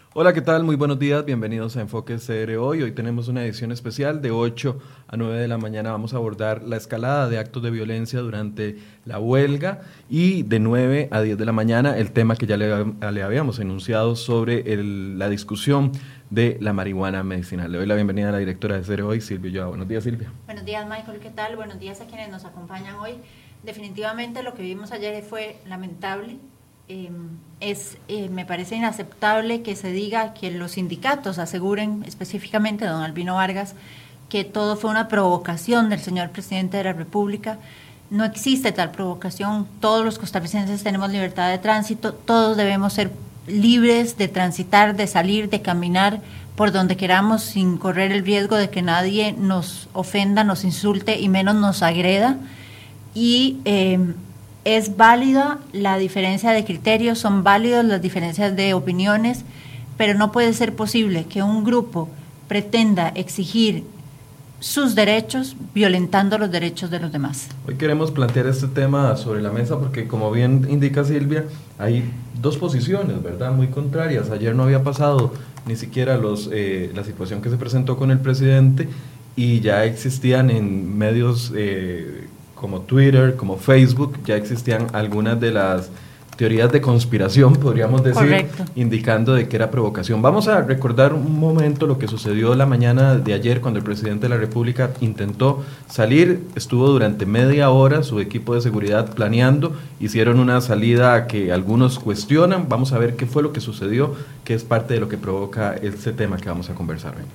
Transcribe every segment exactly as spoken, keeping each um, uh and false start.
Hola, ¿qué tal? Muy buenos días, bienvenidos a Enfoque C R Hoy. Hoy tenemos una edición especial de ocho a nueve de la mañana. Vamos a abordar la escalada de actos de violencia durante la huelga y de nueve a diez de la mañana el tema que ya le, le habíamos enunciado sobre el, la discusión de la marihuana medicinal. Le doy la bienvenida a la directora de C R Hoy, Silvia Ulloa. Buenos días, Silvia. Buenos días, Michael, ¿qué tal? Buenos días a quienes nos acompañan hoy. Definitivamente lo que vimos ayer fue lamentable. Eh, es, eh, me parece inaceptable que se diga, que los sindicatos aseguren, específicamente don Albino Vargas, que todo fue una provocación del señor presidente de la República. No existe tal provocación. Todos los costarricenses tenemos libertad de tránsito, todos debemos ser libres de transitar, de salir, de caminar por donde queramos sin correr el riesgo de que nadie nos ofenda, nos insulte y menos nos agreda. Y eh, es válida la diferencia de criterios, son válidas las diferencias de opiniones, pero no puede ser posible que un grupo pretenda exigir sus derechos violentando los derechos de los demás. Hoy queremos plantear este tema sobre la mesa porque, como bien indica Silvia, hay dos posiciones, ¿verdad?, muy contrarias. Ayer no había pasado ni siquiera los, eh, la situación que se presentó con el presidente y ya existían en medios eh, como Twitter, como Facebook, ya existían algunas de las teorías de conspiración, podríamos decir, correcto, indicando de que era provocación. Vamos a recordar un momento lo que sucedió la mañana de ayer cuando el presidente de la República intentó salir, estuvo durante media hora su equipo de seguridad planeando, hicieron una salida que algunos cuestionan. Vamos a ver qué fue lo que sucedió, que es parte de lo que provoca este tema que vamos a conversar hoy.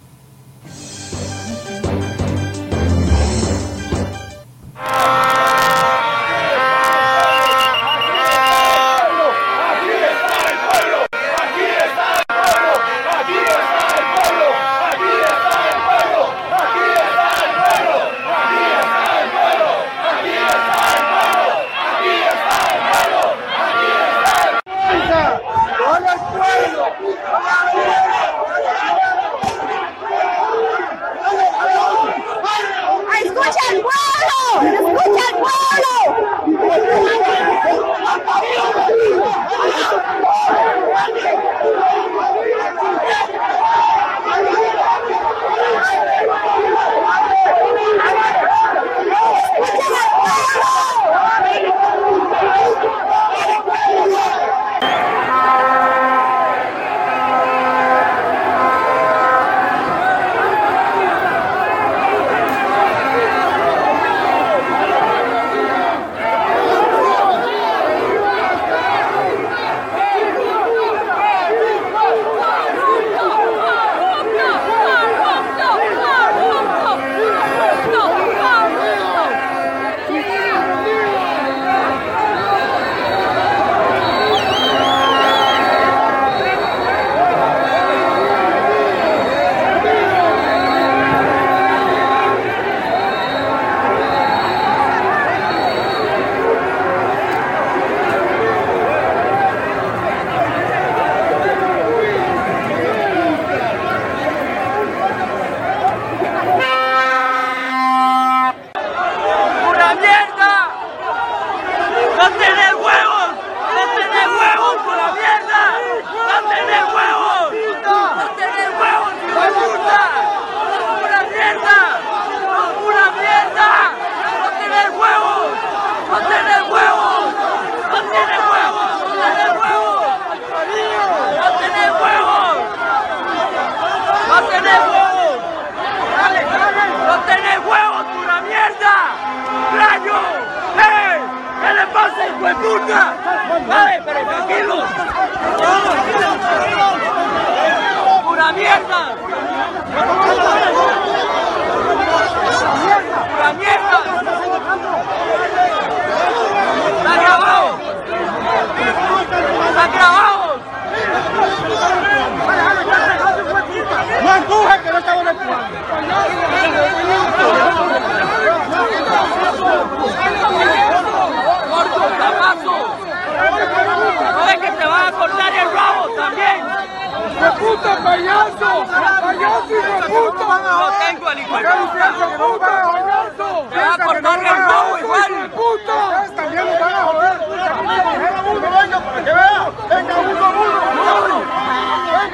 puta, payaso! ¡Payaso, hijo de puta! Lo tengo, el hijo de puta! ¡Payaso! ¡Te va a cortar el huevo igual! ¡Puta! ¡También nos van a joder! ¡Venga, uno, para que vea! ¡Venga, uno, uno! ¡Venga!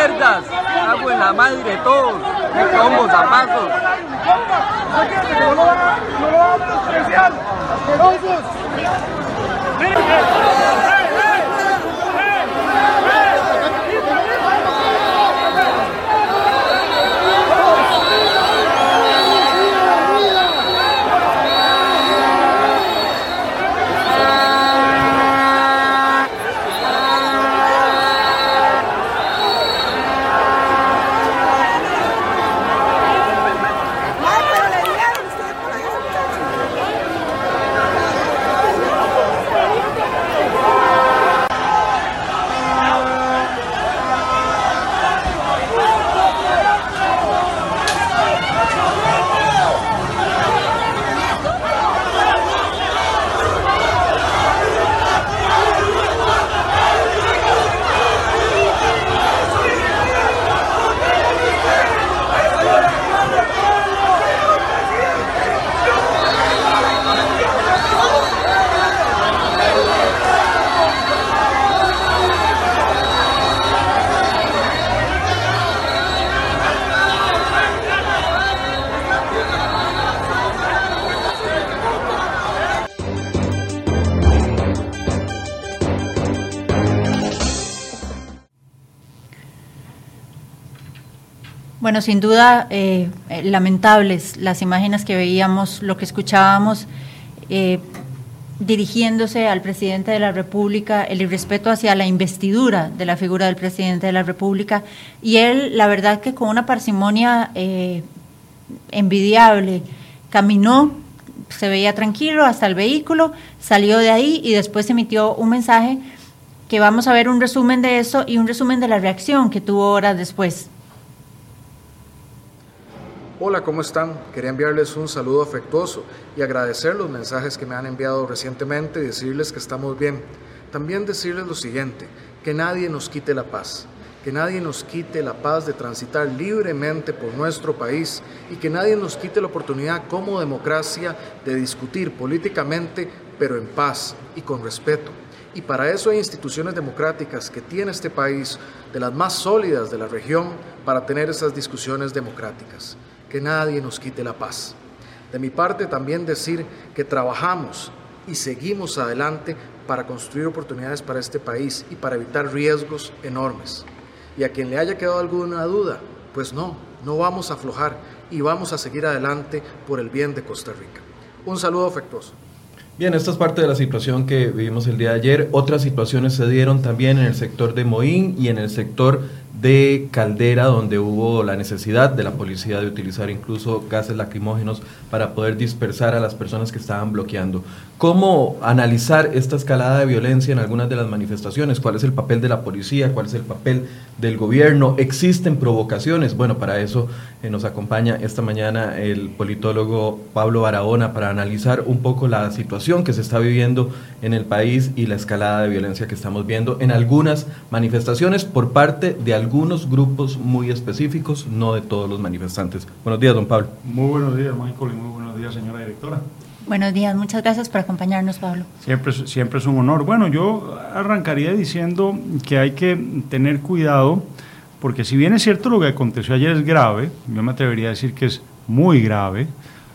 mierdas! ¡Hago en la madre de todos! ¡Me como zapazos! ¡No lo van a, no lo van a despreciar! ¡Asquerosos! Bueno, sin duda, eh, lamentables las imágenes que veíamos, lo que escuchábamos, eh, dirigiéndose al presidente de la República, el irrespeto hacia la investidura de la figura del presidente de la República, y él, la verdad que con una parsimonia eh, envidiable, caminó, se veía tranquilo hasta el vehículo, salió de ahí y después emitió un mensaje que vamos a ver un resumen de eso y un resumen de la reacción que tuvo horas después. Hola, ¿cómo están? Quería enviarles un saludo afectuoso y agradecer los mensajes que me han enviado recientemente y decirles que estamos bien. También decirles lo siguiente, que nadie nos quite la paz, que nadie nos quite la paz de transitar libremente por nuestro país y que nadie nos quite la oportunidad como democracia de discutir políticamente, pero en paz y con respeto. Y para eso hay instituciones democráticas que tiene este país, de las más sólidas de la región, para tener esas discusiones democráticas. Que nadie nos quite la paz. De mi parte también decir que trabajamos y seguimos adelante para construir oportunidades para este país y para evitar riesgos enormes. Y a quien le haya quedado alguna duda, pues no, no vamos a aflojar y vamos a seguir adelante por el bien de Costa Rica. Un saludo afectuoso. Bien, esta es parte de la situación que vivimos el día de ayer. Otras situaciones se dieron también en el sector de Moín y en el sector de Caldera, donde hubo la necesidad de la policía de utilizar incluso gases lacrimógenos para poder dispersar a las personas que estaban bloqueando. ¿Cómo analizar esta escalada de violencia en algunas de las manifestaciones? ¿Cuál es el papel de la policía? ¿Cuál es el papel del gobierno? ¿Existen provocaciones? Bueno, para eso eh, nos acompaña esta mañana el politólogo Pablo Barahona para analizar un poco la situación que se está viviendo en el país y la escalada de violencia que estamos viendo en algunas manifestaciones por parte de algunos grupos muy específicos, no de todos los manifestantes. Buenos días, don Pablo. Muy buenos días, Michael, y muy buenos días, señora directora. Buenos días, muchas gracias por acompañarnos, Pablo. Siempre, siempre es un honor. Bueno, yo arrancaría diciendo que hay que tener cuidado, porque si bien es cierto lo que aconteció ayer es grave, yo me atrevería a decir que es muy grave,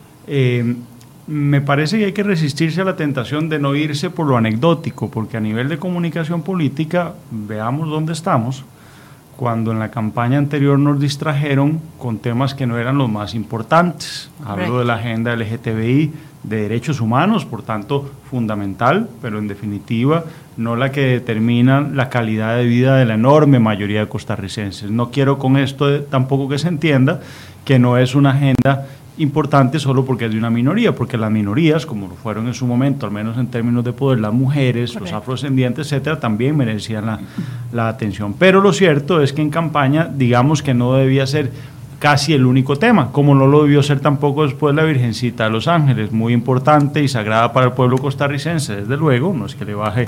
eh, me parece que hay que resistirse a la tentación de no irse por lo anecdótico, porque a nivel de comunicación política, veamos dónde estamos, cuando en la campaña anterior nos distrajeron con temas que no eran los más importantes. Hablo right. de la agenda L G T B I, de derechos humanos, por tanto fundamental, pero en definitiva no la que determina la calidad de vida de la enorme mayoría de costarricenses. No quiero con esto de, tampoco que se entienda que no es una agenda importante solo porque es de una minoría, porque las minorías, como lo fueron en su momento, al menos en términos de poder, las mujeres, Correcto. Los afrodescendientes, etcétera, también merecían la, la atención. Pero lo cierto es que en campaña, digamos que no debía ser casi el único tema, como no lo debió ser tampoco después la Virgencita de los Ángeles, muy importante y sagrada para el pueblo costarricense, desde luego, no es que le baje eh,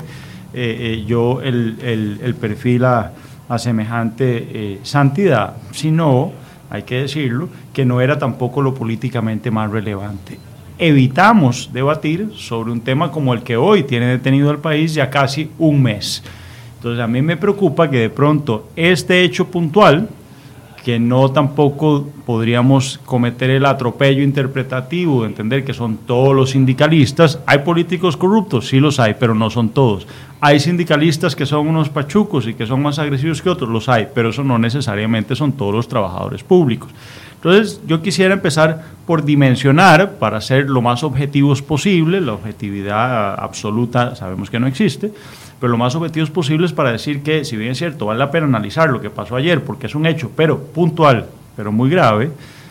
eh, yo el, el, el perfil a, a semejante eh, santidad, sino, hay que decirlo, que no era tampoco lo políticamente más relevante. Evitamos debatir sobre un tema como el que hoy tiene detenido al país ya casi un mes. Entonces a mí me preocupa que de pronto este hecho puntual, que no tampoco podríamos cometer el atropello interpretativo de entender que son todos los sindicalistas. Hay políticos corruptos, sí los hay, pero no son todos. Hay sindicalistas que son unos pachucos y que son más agresivos que otros, los hay, pero eso no necesariamente son todos los trabajadores públicos. Entonces yo quisiera empezar por dimensionar, para ser lo más objetivos posible. La objetividad absoluta sabemos que no existe, pero lo más objetivos posibles para decir que, si bien es cierto, vale la pena analizar lo que pasó ayer, porque es un hecho, pero puntual, pero muy grave,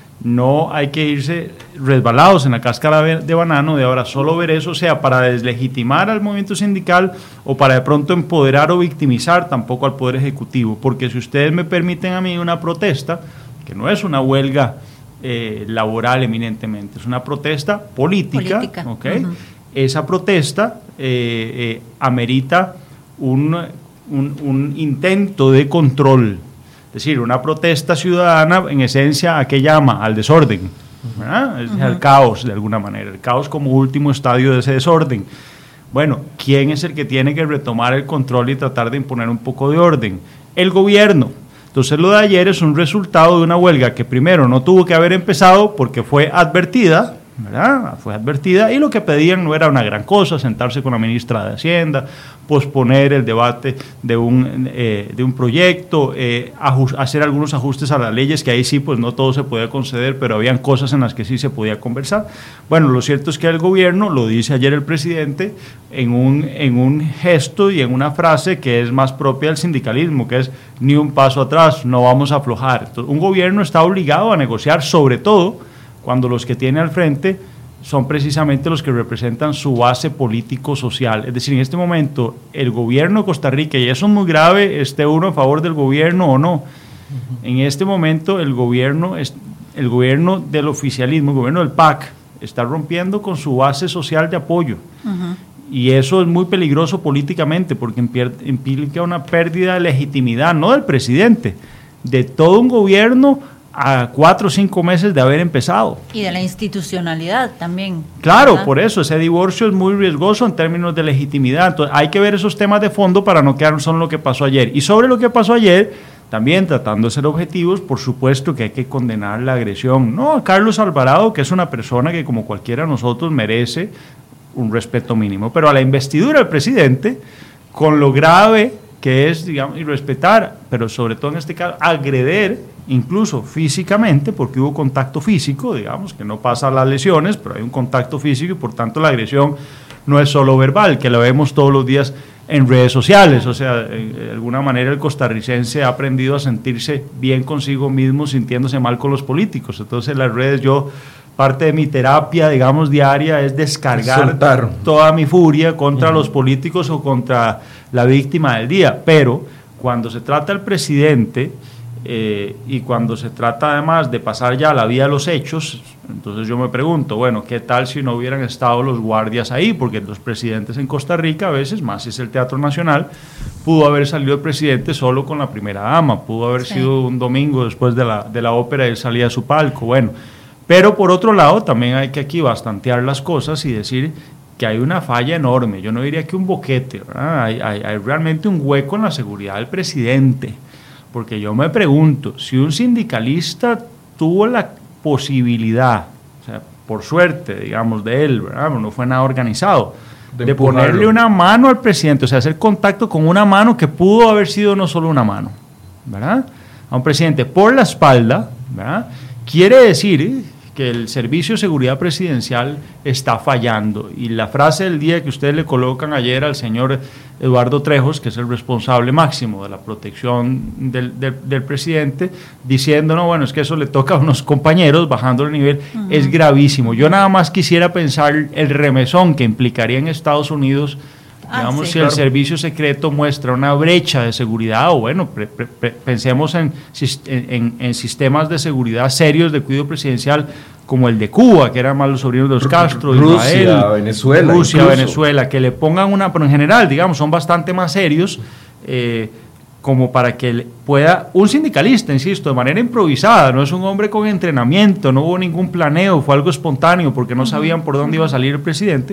no hay que irse resbalados en la cáscara de banano de ahora solo ver eso, sea para deslegitimar al movimiento sindical o para de pronto empoderar o victimizar tampoco al Poder Ejecutivo, porque si ustedes me permiten a mí una protesta, que no es una huelga eh, laboral eminentemente, es una protesta política, política. ¿Okay? Uh-huh. Esa protesta eh, eh, amerita un, un, un intento de control, es decir, una protesta ciudadana en esencia ¿a qué llama? Al desorden, ¿verdad? Es uh-huh. al caos de alguna manera, el caos como último estadio de ese desorden. Bueno, ¿quién es el que tiene que retomar el control y tratar de imponer un poco de orden? El gobierno. Entonces lo de ayer es un resultado de una huelga que primero no tuvo que haber empezado porque fue advertida, ¿verdad? Fue advertida y lo que pedían no era una gran cosa, sentarse con la ministra de Hacienda, posponer el debate de un, eh, de un proyecto, eh, ajust, hacer algunos ajustes a las leyes, que ahí sí pues no todo se podía conceder, pero habían cosas en las que sí se podía conversar. Bueno, lo cierto es que el gobierno, lo dice ayer el presidente, en un, en un gesto y en una frase que es más propia del sindicalismo, que es ni un paso atrás, no vamos a aflojar. Entonces, un gobierno está obligado a negociar, sobre todo cuando los que tiene al frente son precisamente los que representan su base político-social. Es decir, en este momento, el gobierno de Costa Rica, y eso es muy grave, esté uno a favor del gobierno o no, uh-huh. en este momento el gobierno, es, el gobierno del oficialismo, el gobierno del P A C, está rompiendo con su base social de apoyo. Uh-huh. Y eso es muy peligroso políticamente, porque implica una pérdida de legitimidad, no del presidente, de todo un gobierno a cuatro o cinco meses de haber empezado. Y de la institucionalidad también. Claro, ¿verdad? Por eso, ese divorcio es muy riesgoso en términos de legitimidad. Entonces, hay que ver esos temas de fondo para no quedarnos solo en lo que pasó ayer. Y sobre lo que pasó ayer, también tratando de ser objetivos, por supuesto que hay que condenar la agresión. No, a Carlos Alvarado, que es una persona que como cualquiera de nosotros merece un respeto mínimo, pero a la investidura del presidente, con lo grave que es, digamos, irrespetar, pero sobre todo en este caso, agreder, incluso físicamente, porque hubo contacto físico, digamos, que no pasa las lesiones, pero hay un contacto físico y por tanto la agresión no es solo verbal, que la vemos todos los días en redes sociales. O sea, de alguna manera el costarricense ha aprendido a sentirse bien consigo mismo, sintiéndose mal con los políticos. Entonces en las redes yo, parte de mi terapia, digamos, diaria, es descargar Soltar. toda mi furia contra uh-huh. los políticos o contra la víctima del día. Pero cuando se trata del presidente eh, y cuando se trata además de pasar ya a la vía de los hechos, entonces yo me pregunto, bueno, ¿qué tal si no hubieran estado los guardias ahí? Porque los presidentes en Costa Rica a veces, más si es el Teatro Nacional, pudo haber salido el presidente solo con la primera dama, pudo haber sí. sido un domingo después de la, de la ópera y él salía a su palco, bueno. Pero por otro lado, también hay que aquí bastantear las cosas y decir que hay una falla enorme. Yo no diría que un boquete, ¿verdad? Hay, hay, hay realmente un hueco en la seguridad del presidente. Porque yo me pregunto, si un sindicalista tuvo la posibilidad, o sea, por suerte, digamos, de él, ¿verdad? No fue nada organizado, de, de ponerle una mano al presidente, o sea, hacer contacto con una mano que pudo haber sido no solo una mano, ¿verdad? A un presidente por la espalda, ¿verdad? Quiere decir que el Servicio de Seguridad Presidencial está fallando. Y la frase del día que ustedes le colocan ayer al señor Eduardo Trejos, que es el responsable máximo de la protección del, del, del presidente, diciendo, no, bueno, es que eso le toca a unos compañeros, bajando el nivel, uh-huh. es gravísimo. Yo nada más quisiera pensar el remesón que implicaría en Estados Unidos, digamos, ah, sí, si claro. el servicio secreto muestra una brecha de seguridad, o bueno, pre, pre, pre, pensemos en, en, en sistemas de seguridad serios de cuidado presidencial como el de Cuba, que eran más los sobrinos de los Castro, Rusia, Israel, Venezuela, Rusia, incluso. Venezuela, que le pongan una, pero en general, digamos, son bastante más serios, eh, como para que pueda, un sindicalista, insisto, de manera improvisada, no es un hombre con entrenamiento, no hubo ningún planeo, fue algo espontáneo, porque no sabían por dónde iba a salir el presidente,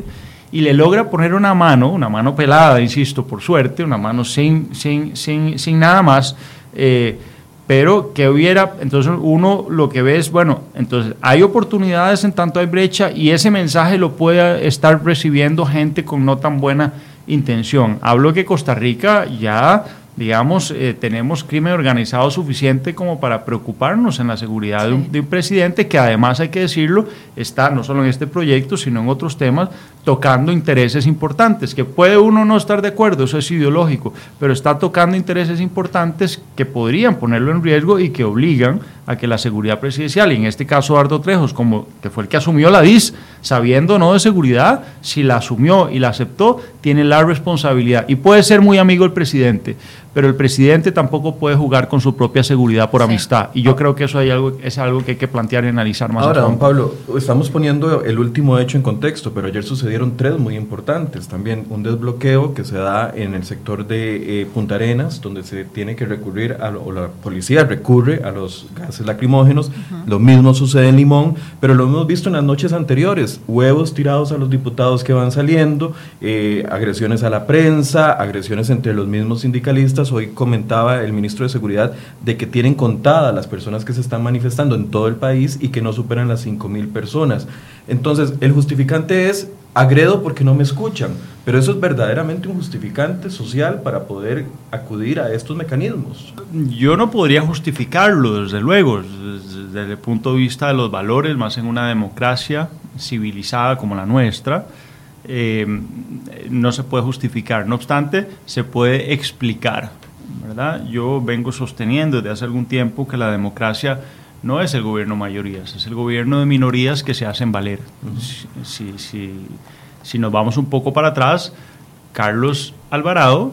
y le logra poner una mano, una mano pelada, insisto, por suerte, una mano sin, sin, sin, sin nada más, eh, pero que hubiera, entonces uno lo que ve es, bueno, entonces hay oportunidades en tanto hay brecha y ese mensaje lo puede estar recibiendo gente con no tan buena intención. Hablo que Costa Rica ya, digamos, eh, tenemos crimen organizado suficiente como para preocuparnos en la seguridad de un, de un presidente que además, hay que decirlo, está no solo en este proyecto, sino en otros temas, tocando intereses importantes, que puede uno no estar de acuerdo, eso es ideológico, pero está tocando intereses importantes que podrían ponerlo en riesgo y que obligan a que la seguridad presidencial, y en este caso Eduardo Trejos, como que fue el que asumió la D I S, sabiendo no de seguridad, si la asumió y la aceptó, tiene la responsabilidad. Y puede ser muy amigo el presidente, pero el presidente tampoco puede jugar con su propia seguridad por sí. amistad. Y yo creo que eso hay algo, es algo que hay que plantear y analizar más. Ahora, don Pablo, estamos poniendo el último hecho en contexto, pero ayer sucedieron tres muy importantes. También un desbloqueo que se da en el sector de eh, Punta Arenas, donde se tiene que recurrir, a lo, o la policía recurre a los gases lacrimógenos. Uh-huh. Lo mismo sucede en Limón, pero lo hemos visto en las noches anteriores. Huevos tirados a los diputados que van saliendo, eh, agresiones a la prensa, agresiones entre los mismos sindicalistas. Hoy comentaba el ministro de Seguridad de que tienen contadas las personas que se están manifestando en todo el país y que no superan las cinco mil personas. Entonces, el justificante es agredo porque no me escuchan, pero eso es verdaderamente un justificante social para poder acudir a estos mecanismos. Yo no podría justificarlo, desde luego, desde el punto de vista de los valores, más en una democracia civilizada como la nuestra. Eh, no se puede justificar, no obstante, se puede explicar, ¿verdad? Yo vengo sosteniendo desde hace algún tiempo que la democracia no es el gobierno de mayorías, es el gobierno de minorías que se hacen valer. Uh-huh. Si, si, si, si nos vamos un poco para atrás, Carlos Alvarado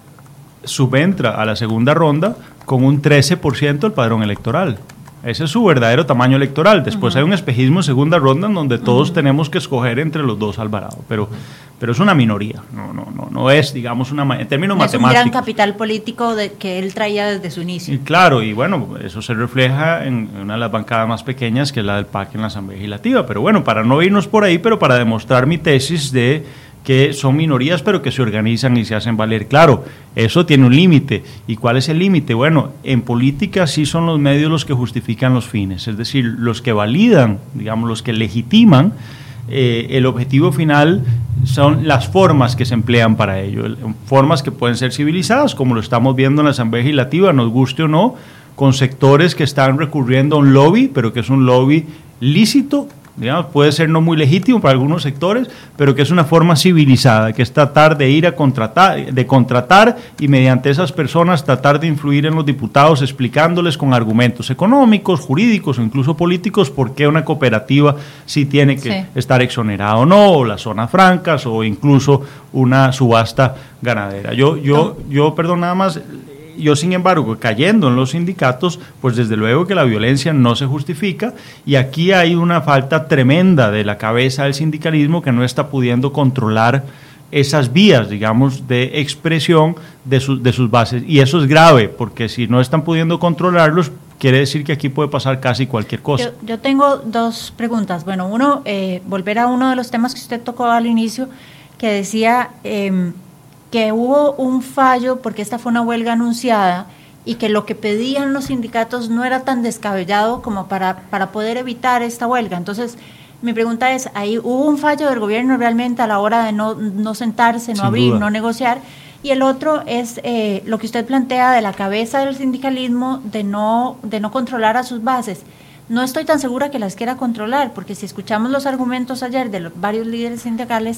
subentra a la segunda ronda con un trece por ciento del padrón electoral. Ese es su verdadero tamaño electoral. Después uh-huh. hay un espejismo en segunda ronda en donde todos uh-huh. tenemos que escoger entre los dos Alvarado, pero, pero es una minoría, no, no, no, no es, digamos, una, en términos es matemáticos. Es un gran capital político de, que él traía desde su inicio. Y claro, y bueno, eso se refleja en una de las bancadas más pequeñas, que es la del P A C en la Asamblea Legislativa. Pero bueno, para no irnos por ahí, pero para demostrar mi tesis de que son minorías pero que se organizan y se hacen valer. Claro, eso tiene un límite. ¿Y cuál es el límite? Bueno, en política sí son los medios los que justifican los fines, es decir, los que validan, digamos, los que legitiman eh, el objetivo final son las formas que se emplean para ello, formas que pueden ser civilizadas, como lo estamos viendo en la Asamblea Legislativa, nos guste o no, con sectores que están recurriendo a un lobby, pero que es un lobby lícito, digamos, puede ser no muy legítimo para algunos sectores, pero que es una forma civilizada, que es tratar de ir a contratar, de contratar y mediante esas personas tratar de influir en los diputados explicándoles con argumentos económicos, jurídicos o incluso políticos por qué una cooperativa sí tiene que sí. estar exonerada o no, o las zonas francas o incluso una subasta ganadera. Yo, yo, yo, perdón, nada más... Yo, sin embargo, cayendo en los sindicatos, pues desde luego que la violencia no se justifica y aquí hay una falta tremenda de la cabeza del sindicalismo que no está pudiendo controlar esas vías, digamos, de expresión de, su, de sus bases. Y eso es grave, porque si no están pudiendo controlarlos, quiere decir que aquí puede pasar casi cualquier cosa. Yo, yo tengo dos preguntas. Bueno, uno, eh, volver a uno de los temas que usted tocó al inicio, que decía... Eh, que hubo un fallo porque esta fue una huelga anunciada y que lo que pedían los sindicatos no era tan descabellado como para, para poder evitar esta huelga. Entonces, mi pregunta es, ¿ahí hubo un fallo del gobierno realmente a la hora de no, no sentarse, no Sin abrir, duda. no negociar? Y el otro es eh, lo que usted plantea de la cabeza del sindicalismo de no, de no controlar a sus bases. No estoy tan segura que las quiera controlar, porque si escuchamos los argumentos ayer de los varios líderes sindicales,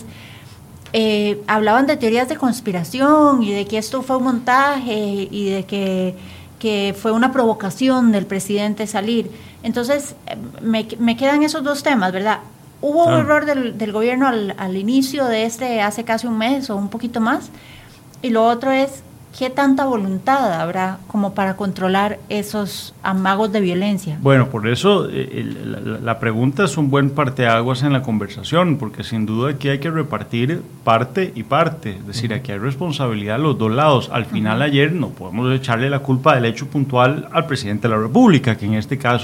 Eh, hablaban de teorías de conspiración y de que esto fue un montaje y de que, que fue una provocación del presidente salir. Entonces, me, me quedan esos dos temas, ¿verdad? ¿Hubo ah. un error del, del gobierno al, al inicio de este, hace casi un mes o un poquito más? Y lo otro es, ¿qué tanta voluntad habrá como para controlar esos amagos de violencia? Bueno, por eso eh, la, la pregunta es un buen parteaguas en la conversación, porque sin duda aquí hay que repartir parte y parte, es decir, aquí hay responsabilidad de los dos lados. Al final, uh-huh. ayer no podemos echarle la culpa del hecho puntual al presidente de la República, que en este caso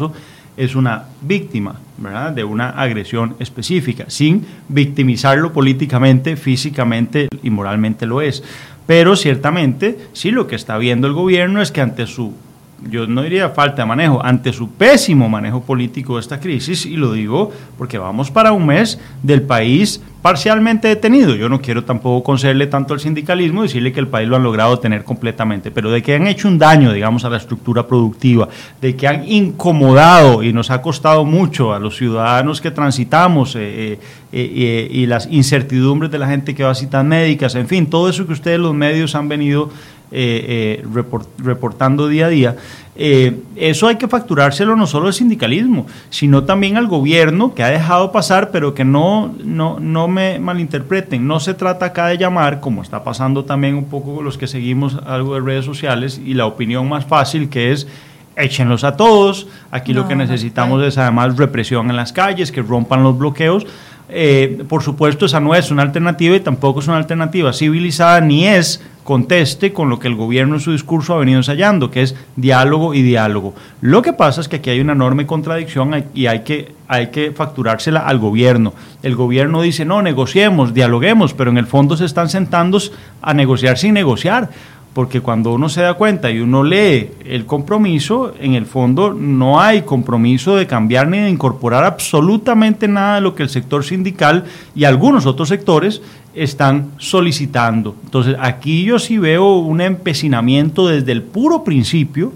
es una víctima, ¿verdad?, de una agresión específica, sin victimizarlo políticamente, físicamente y moralmente lo es. Pero ciertamente, sí, lo que está viendo el gobierno es que ante su, yo no diría falta de manejo, ante su pésimo manejo político de esta crisis, y lo digo porque vamos para un mes del país parcialmente detenido. Yo no quiero tampoco concederle tanto al sindicalismo y decirle que el país lo han logrado tener completamente, pero de que han hecho un daño, digamos, a la estructura productiva, de que han incomodado y nos ha costado mucho a los ciudadanos que transitamos, eh, eh, eh, y las incertidumbres de la gente que va a citas médicas, en fin, todo eso que ustedes los medios han venido Eh, eh, report, reportando día a día, eh, eso hay que facturárselo no solo al sindicalismo, sino también al gobierno, que ha dejado pasar, pero que no, no, no me malinterpreten, no se trata acá de llamar, como está pasando también un poco los que seguimos algo de redes sociales, y la opinión más fácil que es échenlos a todos, aquí no, lo que necesitamos no es además represión en las calles, que rompan los bloqueos. Eh, por supuesto, esa no es una alternativa y tampoco es una alternativa civilizada, ni es conteste con lo que el gobierno en su discurso ha venido ensayando, que es diálogo y diálogo. Lo que pasa es que aquí hay una enorme contradicción y hay que, hay que facturársela al gobierno. El gobierno dice, no, negociemos, dialoguemos, pero en el fondo se están sentando a negociar sin negociar. Porque cuando uno se da cuenta y uno lee el compromiso, en el fondo no hay compromiso de cambiar ni de incorporar absolutamente nada de lo que el sector sindical y algunos otros sectores están solicitando. Entonces aquí yo sí veo un empecinamiento desde el puro principio.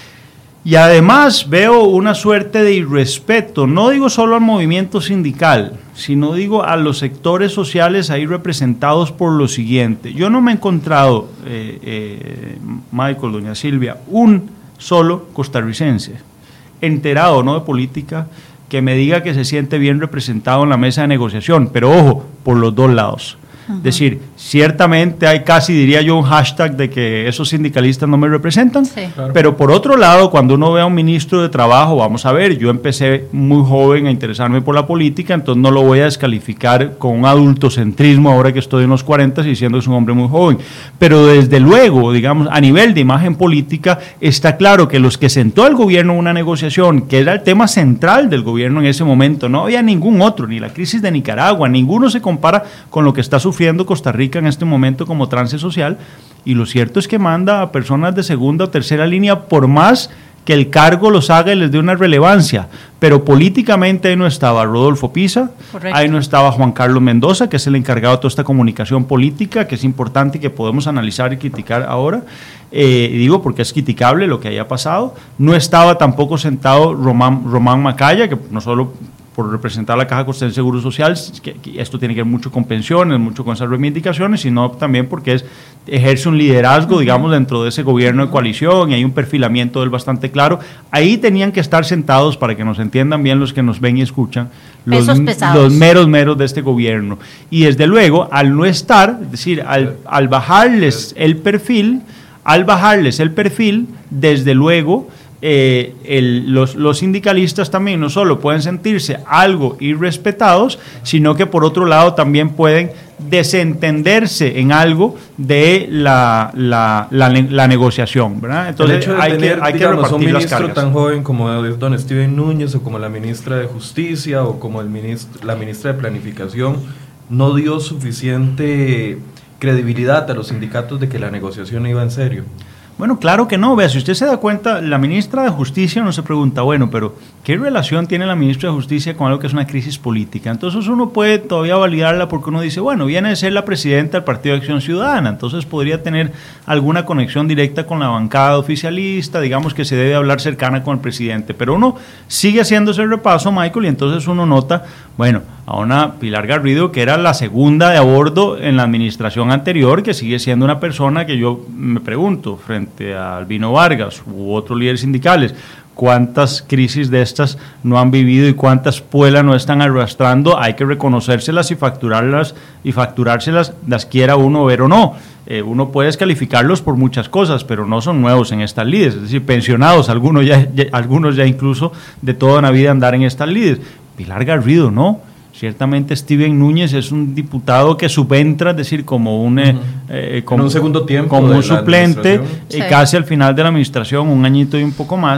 Y además veo una suerte de irrespeto, no digo solo al movimiento sindical, sino digo a los sectores sociales ahí representados por lo siguiente. Yo no me he encontrado, eh, eh, Michael, doña Silvia, un solo costarricense enterado, no de política, que me diga que se siente bien representado en la mesa de negociación, pero ojo, por los dos lados. Uh-huh. Es decir, ciertamente hay casi, diría yo, un hashtag de que esos sindicalistas no me representan, sí, claro. Pero por otro lado, cuando uno ve a un ministro de trabajo, vamos a ver, yo empecé muy joven a interesarme por la política, entonces no lo voy a descalificar con un adultocentrismo ahora que estoy en los cuarenta y siendo es un hombre muy joven, pero desde luego, digamos, a nivel de imagen política, está claro que los que sentó el gobierno en una negociación, que era el tema central del gobierno en ese momento, no había ningún otro, ni la crisis de Nicaragua, ninguno se compara con lo que está sufriendo Costa Rica en este momento como trance social, y lo cierto es que manda a personas de segunda o tercera línea por más que el cargo los haga y les dé una relevancia, pero políticamente ahí no estaba Rodolfo Pisa, correcto, ahí no estaba Juan Carlos Mendoza, que es el encargado de toda esta comunicación política, que es importante y que podemos analizar y criticar ahora, eh, digo porque es criticable lo que haya pasado, no estaba tampoco sentado Román, Román Macaya, que no solo por representar la Caja Costarricense de Seguro Social, que, que esto tiene que ver mucho con pensiones, mucho con esas reivindicaciones, sino también porque es, ejerce un liderazgo, digamos, dentro de ese gobierno de coalición, y hay un perfilamiento del bastante claro. Ahí tenían que estar sentados, para que nos entiendan bien los que nos ven y escuchan, los, los meros meros de este gobierno. Y desde luego, al no estar, es decir, al, al bajarles el perfil, al bajarles el perfil, desde luego, Eh, el, los, los sindicalistas también no solo pueden sentirse algo irrespetados, sino que por otro lado también pueden desentenderse en algo de la, la, la, la negociación, ¿verdad? Entonces el hecho de hay, tener, que, hay digamos, que repartir un las ministro cargas. tan joven como don Steven Núñez, o como la ministra de Justicia, o como el ministro, la ministra de Planificación, no dio suficiente credibilidad a los sindicatos de que la negociación iba en serio. Bueno, claro que no. Vea, si usted se da cuenta, la ministra de Justicia no se pregunta, bueno, pero ¿qué relación tiene la ministra de Justicia con algo que es una crisis política? Entonces uno puede todavía validarla porque uno dice, bueno, viene de ser la presidenta del Partido de Acción Ciudadana, entonces podría tener alguna conexión directa con la bancada oficialista, digamos que se debe hablar cercana con el presidente, pero uno sigue haciendo ese repaso, Michael, y entonces uno nota, bueno, a una Pilar Garrido que era la segunda de a bordo en la administración anterior, que sigue siendo una persona que yo me pregunto, frente a Albino Vargas u otros líderes sindicales, cuántas crisis de estas no han vivido y cuántas puelas no están arrastrando. Hay que reconocérselas y facturarlas y facturárselas, las quiera uno ver o no. Eh, uno puede descalificarlos por muchas cosas, pero no son nuevos en estas lides, es decir, pensionados, algunos ya, ya, algunos ya incluso de toda una vida andar en estas lides. Pilar Garrido, ¿no? Ciertamente Steven Núñez es un diputado que subentra, es decir, como un, uh-huh. eh, como, en un segundo tiempo como un suplente, eh, sí. Casi al final de la administración, un añito y un poco más.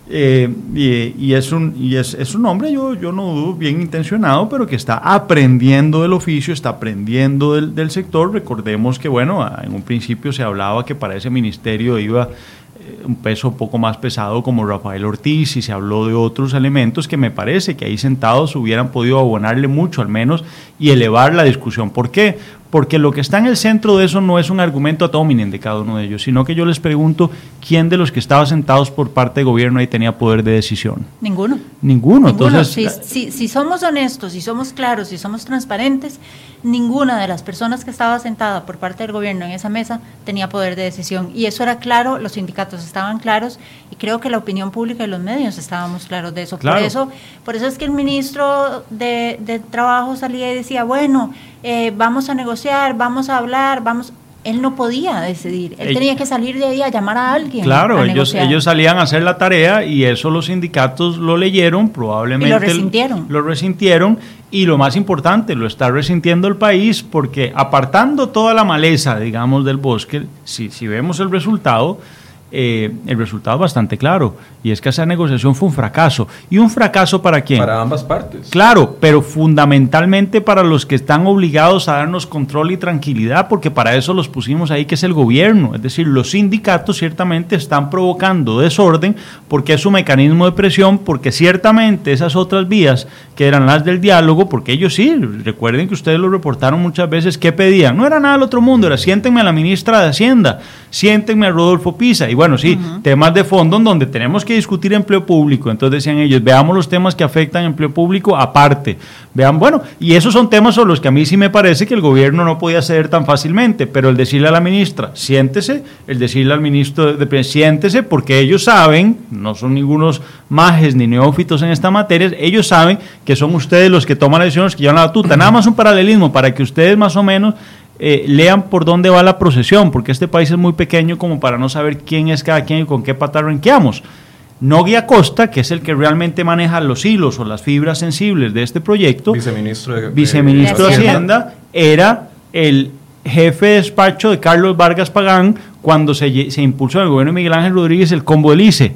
Eh, y, y es un y es, es un hombre, yo, yo no dudo, bien intencionado, pero que está aprendiendo del oficio, está aprendiendo del, del sector. Recordemos que, bueno, en un principio se hablaba que para ese ministerio iba eh, un peso un poco más pesado como Rafael Ortiz, y se habló de otros elementos que me parece que ahí sentados hubieran podido abonarle mucho al menos y elevar la discusión. ¿Por qué? Porque lo que está en el centro de eso no es un argumento ad hominem de cada uno de ellos, sino que yo les pregunto, ¿quién de los que estaban sentados por parte del gobierno ahí tenía poder de decisión? Ninguno. Ninguno. Ninguno. Entonces, si, si, si somos honestos, si somos claros, si somos transparentes, ninguna de las personas que estaba sentada por parte del gobierno en esa mesa tenía poder de decisión. Y eso era claro, los sindicatos estaban claros, y creo que la opinión pública y los medios estábamos claros de eso. Claro. Por eso, por eso es que el ministro de, de Trabajo salía y decía, bueno, eh, vamos a negociar, vamos a hablar, vamos... Él no podía decidir, él, él tenía que salir de ahí a llamar a alguien. Claro, a ellos, ellos salían a hacer la tarea, y eso los sindicatos lo leyeron, probablemente y lo resintieron. Lo resintieron, y lo más importante, lo está resintiendo el país, porque apartando toda la maleza, digamos, del bosque, si, si vemos el resultado, eh, el resultado es bastante claro, y es que esa negociación fue un fracaso. ¿Y un fracaso para quién? Para ambas partes. Claro, pero fundamentalmente para los que están obligados a darnos control y tranquilidad, porque para eso los pusimos ahí, que es el gobierno. Es decir, los sindicatos ciertamente están provocando desorden porque es su mecanismo de presión, porque ciertamente esas otras vías que eran las del diálogo, porque ellos sí, recuerden que ustedes lo reportaron muchas veces, ¿qué pedían? No era nada del otro mundo, era siéntenme a la ministra de Hacienda, siéntenme a Rodolfo Pisa, y bueno, sí, uh-huh. temas de fondo en donde tenemos que discutir empleo público. Entonces decían ellos, veamos los temas que afectan empleo público aparte. Vean, bueno, y esos son temas sobre los que a mí sí me parece que el gobierno no podía ceder tan fácilmente, pero el decirle a la ministra, siéntese, el decirle al ministro de Prensa, siéntese, porque ellos saben, no son ningunos majes ni neófitos en esta materia, ellos saben que son ustedes los que toman las decisiones, que llevan la batuta. Nada más un paralelismo para que ustedes más o menos Eh, lean por dónde va la procesión, porque este país es muy pequeño como para no saber quién es cada quien y con qué pata renqueamos. Nogui Acosta, que es el que realmente maneja los hilos o las fibras sensibles de este proyecto, viceministro de, viceministro de, de Hacienda, Hacienda, era el jefe de despacho de Carlos Vargas Pagán cuando se, se impulsó en el gobierno de Miguel Ángel Rodríguez el Combo del I C E,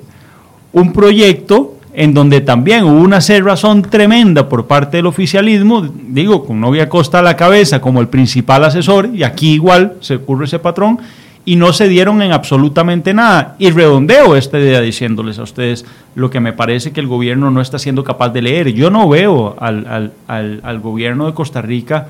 un proyecto en donde también hubo una cerrazón tremenda por parte del oficialismo, digo, con Nogui Acosta a la cabeza como el principal asesor, y aquí igual se ocurre ese patrón, y no se dieron en absolutamente nada. Y redondeo esta idea diciéndoles a ustedes lo que me parece que el gobierno no está siendo capaz de leer. Yo no veo al, al, al, al gobierno de Costa Rica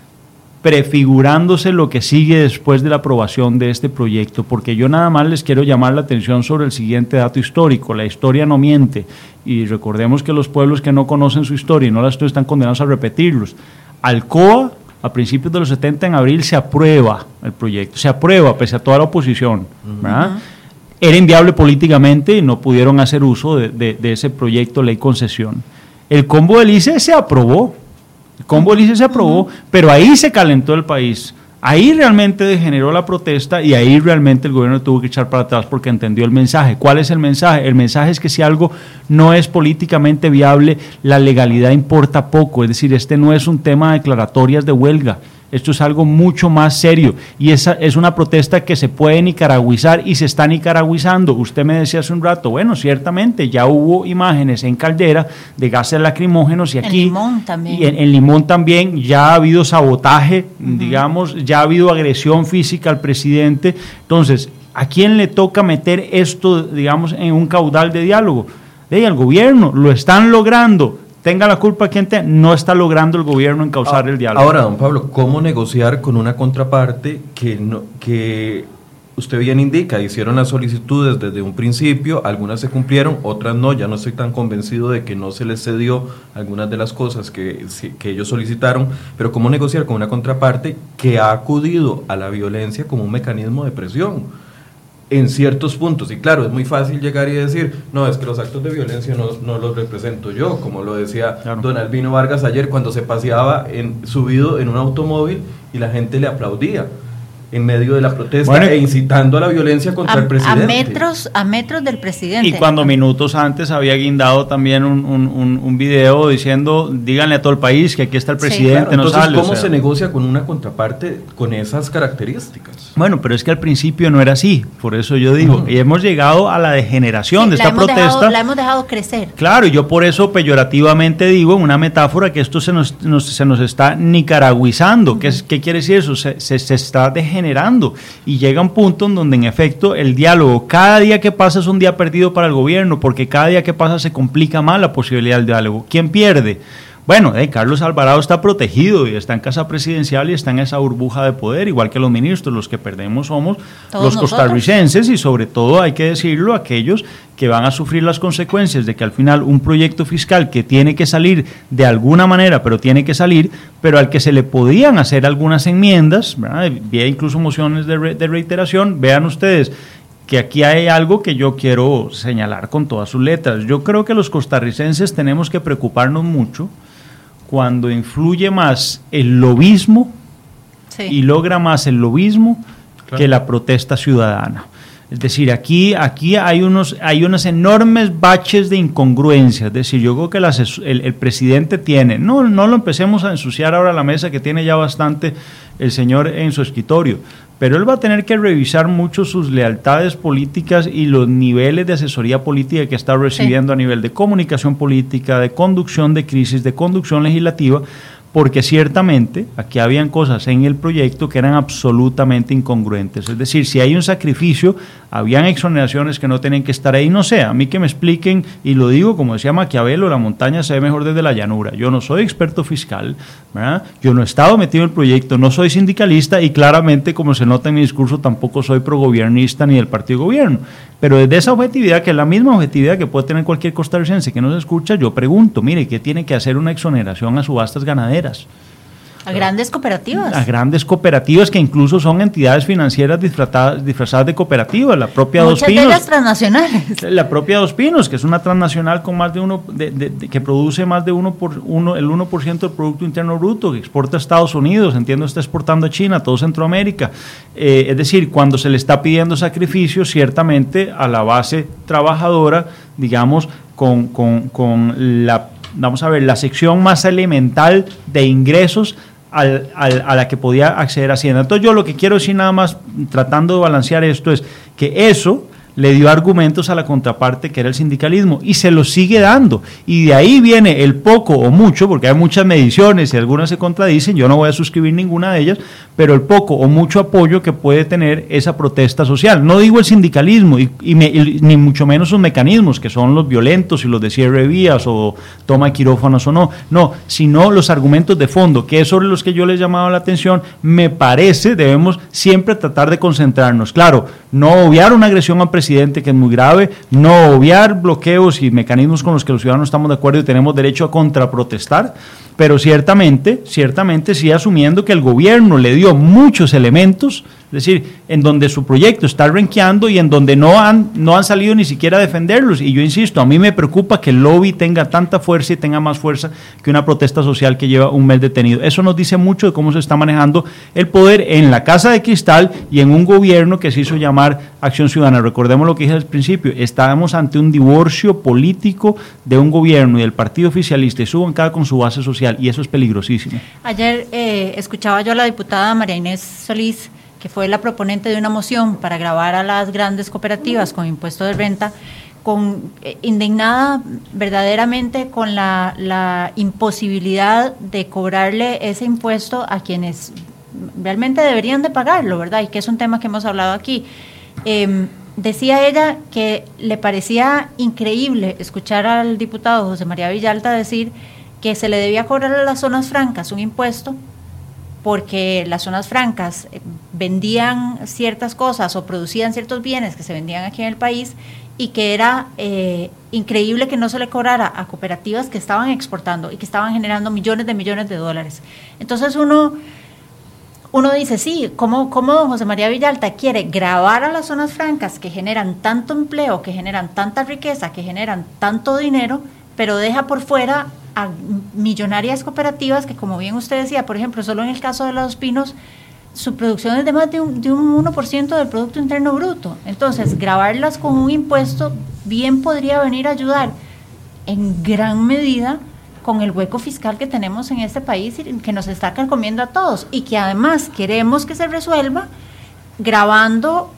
prefigurándose lo que sigue después de la aprobación de este proyecto, porque yo nada más les quiero llamar la atención sobre el siguiente dato histórico. La historia no miente, y recordemos que los pueblos que no conocen su historia y no la están condenados a repetirlos. Alcoa, a principios de los setenta, en abril, se aprueba el proyecto, se aprueba pese a toda la oposición, ¿verdad? Uh-huh. Era inviable políticamente y no pudieron hacer uso de, de, de ese proyecto ley concesión. El combo del I C E se aprobó, el combo del I C E se aprobó, uh-huh. pero ahí se calentó el país. Ahí realmente degeneró la protesta, y ahí realmente el gobierno tuvo que echar para atrás porque entendió el mensaje. ¿Cuál es el mensaje? El mensaje es que si algo no es políticamente viable, la legalidad importa poco. Es decir, este no es un tema de declaratorias de huelga. Esto es algo mucho más serio, y esa es una protesta que se puede nicaragüizar y se está nicaragüizando. Usted me decía hace un rato, bueno, ciertamente ya hubo imágenes en Caldera de gases lacrimógenos, y aquí en Limón también, y en, en Limón también ya ha habido sabotaje, uh-huh. digamos, ya ha habido agresión física al presidente. Entonces, ¿a quién le toca meter esto, digamos, en un caudal de diálogo? De al gobierno. Lo están logrando. Tenga la culpa quien tenga, no está logrando el gobierno encauzar el diálogo. Ahora, don Pablo, ¿cómo negociar con una contraparte que, no, que usted bien indica, hicieron las solicitudes desde un principio, algunas se cumplieron, otras no? Ya no estoy tan convencido de que no se les cedió algunas de las cosas que, que ellos solicitaron, pero ¿cómo negociar con una contraparte que ha acudido a la violencia como un mecanismo de presión en ciertos puntos? Y claro, es muy fácil llegar y decir, no, es que los actos de violencia no, no los represento yo, como lo decía claro. don Albino Vargas ayer cuando se paseaba en, subido en un automóvil y la gente le aplaudía. en medio de la protesta bueno, e incitando a la violencia contra a, el presidente. A metros, a metros del presidente. Y cuando minutos antes había guindado también un, un, un, un video diciendo, díganle a todo el país que aquí está el presidente, sí, claro. no Entonces, sale. ¿cómo o sea, se negocia con una contraparte con esas características? Bueno, pero es que al principio no era así, por eso yo digo, uh-huh. y hemos llegado a la degeneración sí, de esta protesta. Dejado, la hemos dejado crecer. Claro, yo por eso peyorativamente digo, en una metáfora, que esto se nos, nos, se nos está nicaragüizando. Uh-huh. ¿Qué, es, ¿Qué quiere decir eso? Se, se, se está degenerando y llega un punto en donde en efecto el diálogo, cada día que pasa es un día perdido para el gobierno, porque cada día que pasa se complica más la posibilidad del diálogo. ¿Quién pierde? Bueno, eh, Carlos Alvarado está protegido y está en casa presidencial y está en esa burbuja de poder, igual que los ministros. Los que perdemos somos Todos los nosotros. costarricenses y sobre todo, hay que decirlo, aquellos que van a sufrir las consecuencias de que al final un proyecto fiscal que tiene que salir de alguna manera, pero tiene que salir, pero al que se le podían hacer algunas enmiendas, ¿verdad? Había incluso mociones de, re, de reiteración. Vean ustedes que aquí hay algo que yo quiero señalar con todas sus letras. Yo creo que los costarricenses tenemos que preocuparnos mucho cuando influye más el lobismo sí. y logra más el lobismo claro. que la protesta ciudadana. Es decir, aquí, aquí hay unos hay unos enormes baches de incongruencia. Es decir, yo creo que el, el, el presidente tiene, no, no lo empecemos a ensuciar ahora la mesa, que tiene ya bastante el señor en su escritorio, pero él va a tener que revisar mucho sus lealtades políticas y los niveles de asesoría política que está recibiendo sí. a nivel de comunicación política, de conducción de crisis, de conducción legislativa, porque ciertamente aquí habían cosas en el proyecto que eran absolutamente incongruentes. Es decir, si hay un sacrificio, habían exoneraciones que no tienen que estar ahí. No sé, a mí que me expliquen, y lo digo como decía Maquiavelo, la montaña se ve mejor desde la llanura. Yo no soy experto fiscal, ¿verdad? Yo no he estado metido en el proyecto, no soy sindicalista y claramente, como se nota en mi discurso, tampoco soy progobiernista ni del partido de gobierno. Pero desde esa objetividad, que es la misma objetividad que puede tener cualquier costarricense que nos escucha, yo pregunto, mire, ¿qué tiene que hacer una exoneración a subastas ganaderas? A grandes cooperativas. A grandes cooperativas que incluso son entidades financieras disfrazadas, disfrazadas de cooperativas. La propia Muchas Dos Pinos. de ellas transnacionales. La propia Dos Pinos, que es una transnacional con más de uno, de, de, de, que produce más de uno por uno, el uno por ciento del Producto Interno Bruto, que exporta a Estados Unidos, entiendo está exportando a China, a todo Centroamérica. Eh, es decir, cuando se le está pidiendo sacrificio, ciertamente a la base trabajadora, digamos, con, con, con la, vamos a ver, la sección más elemental de ingresos Al, al, a la que podía acceder Hacienda. Entonces yo lo que quiero decir nada más, tratando de balancear esto, es que eso le dio argumentos a la contraparte que era el sindicalismo y se los sigue dando, y de ahí viene el poco o mucho, porque hay muchas mediciones y algunas se contradicen, yo no voy a suscribir ninguna de ellas, pero el poco o mucho apoyo que puede tener esa protesta social. No digo el sindicalismo y, y, me, y ni mucho menos sus mecanismos, que son los violentos y los de cierre de vías o toma de quirófanos o no, no, sino los argumentos de fondo, que es sobre los que yo les llamaba la atención. Me parece, debemos siempre tratar de concentrarnos, claro, no obviar una agresión al presidente presidente, que es muy grave, no obviar bloqueos y mecanismos con los que los ciudadanos estamos de acuerdo y tenemos derecho a contraprotestar, pero ciertamente, ciertamente sí asumiendo que el gobierno le dio muchos elementos, es decir, en donde su proyecto está renqueando y en donde no han, no han salido ni siquiera a defenderlos. Y yo insisto, a mí me preocupa que el lobby tenga tanta fuerza y tenga más fuerza que una protesta social que lleva un mes detenido. Eso nos dice mucho de cómo se está manejando el poder en la Casa de Cristal y en un gobierno que se hizo llamar Acción Ciudadana. Recordemos lo que dije al principio, estábamos ante un divorcio político de un gobierno y del partido oficialista y su bancada con su base social, y eso es peligrosísimo. Ayer eh, escuchaba yo a la diputada María Inés Solís, que fue la proponente de una moción para gravar a las grandes cooperativas con impuesto de renta, con, eh, indignada verdaderamente con la, la imposibilidad de cobrarle ese impuesto a quienes realmente deberían de pagarlo, ¿verdad? Y que es un tema que hemos hablado aquí. Eh, decía ella que le parecía increíble escuchar al diputado José María Villalta decir que se le debía cobrar a las zonas francas un impuesto porque las zonas francas vendían ciertas cosas o producían ciertos bienes que se vendían aquí en el país, y que era eh, increíble que no se le cobrara a cooperativas que estaban exportando y que estaban generando millones de millones de dólares. Entonces uno, uno dice, sí, ¿cómo, cómo José María Villalta quiere gravar a las zonas francas que generan tanto empleo, que generan tanta riqueza, que generan tanto dinero, pero deja por fuera a millonarias cooperativas que, como bien usted decía, por ejemplo, solo en el caso de Los Pinos, su producción es de más de un, de un uno por ciento del Producto Interno Bruto. Entonces, gravarlas con un impuesto bien podría venir a ayudar en gran medida con el hueco fiscal que tenemos en este país y que nos está carcomiendo a todos, y que además queremos que se resuelva gravando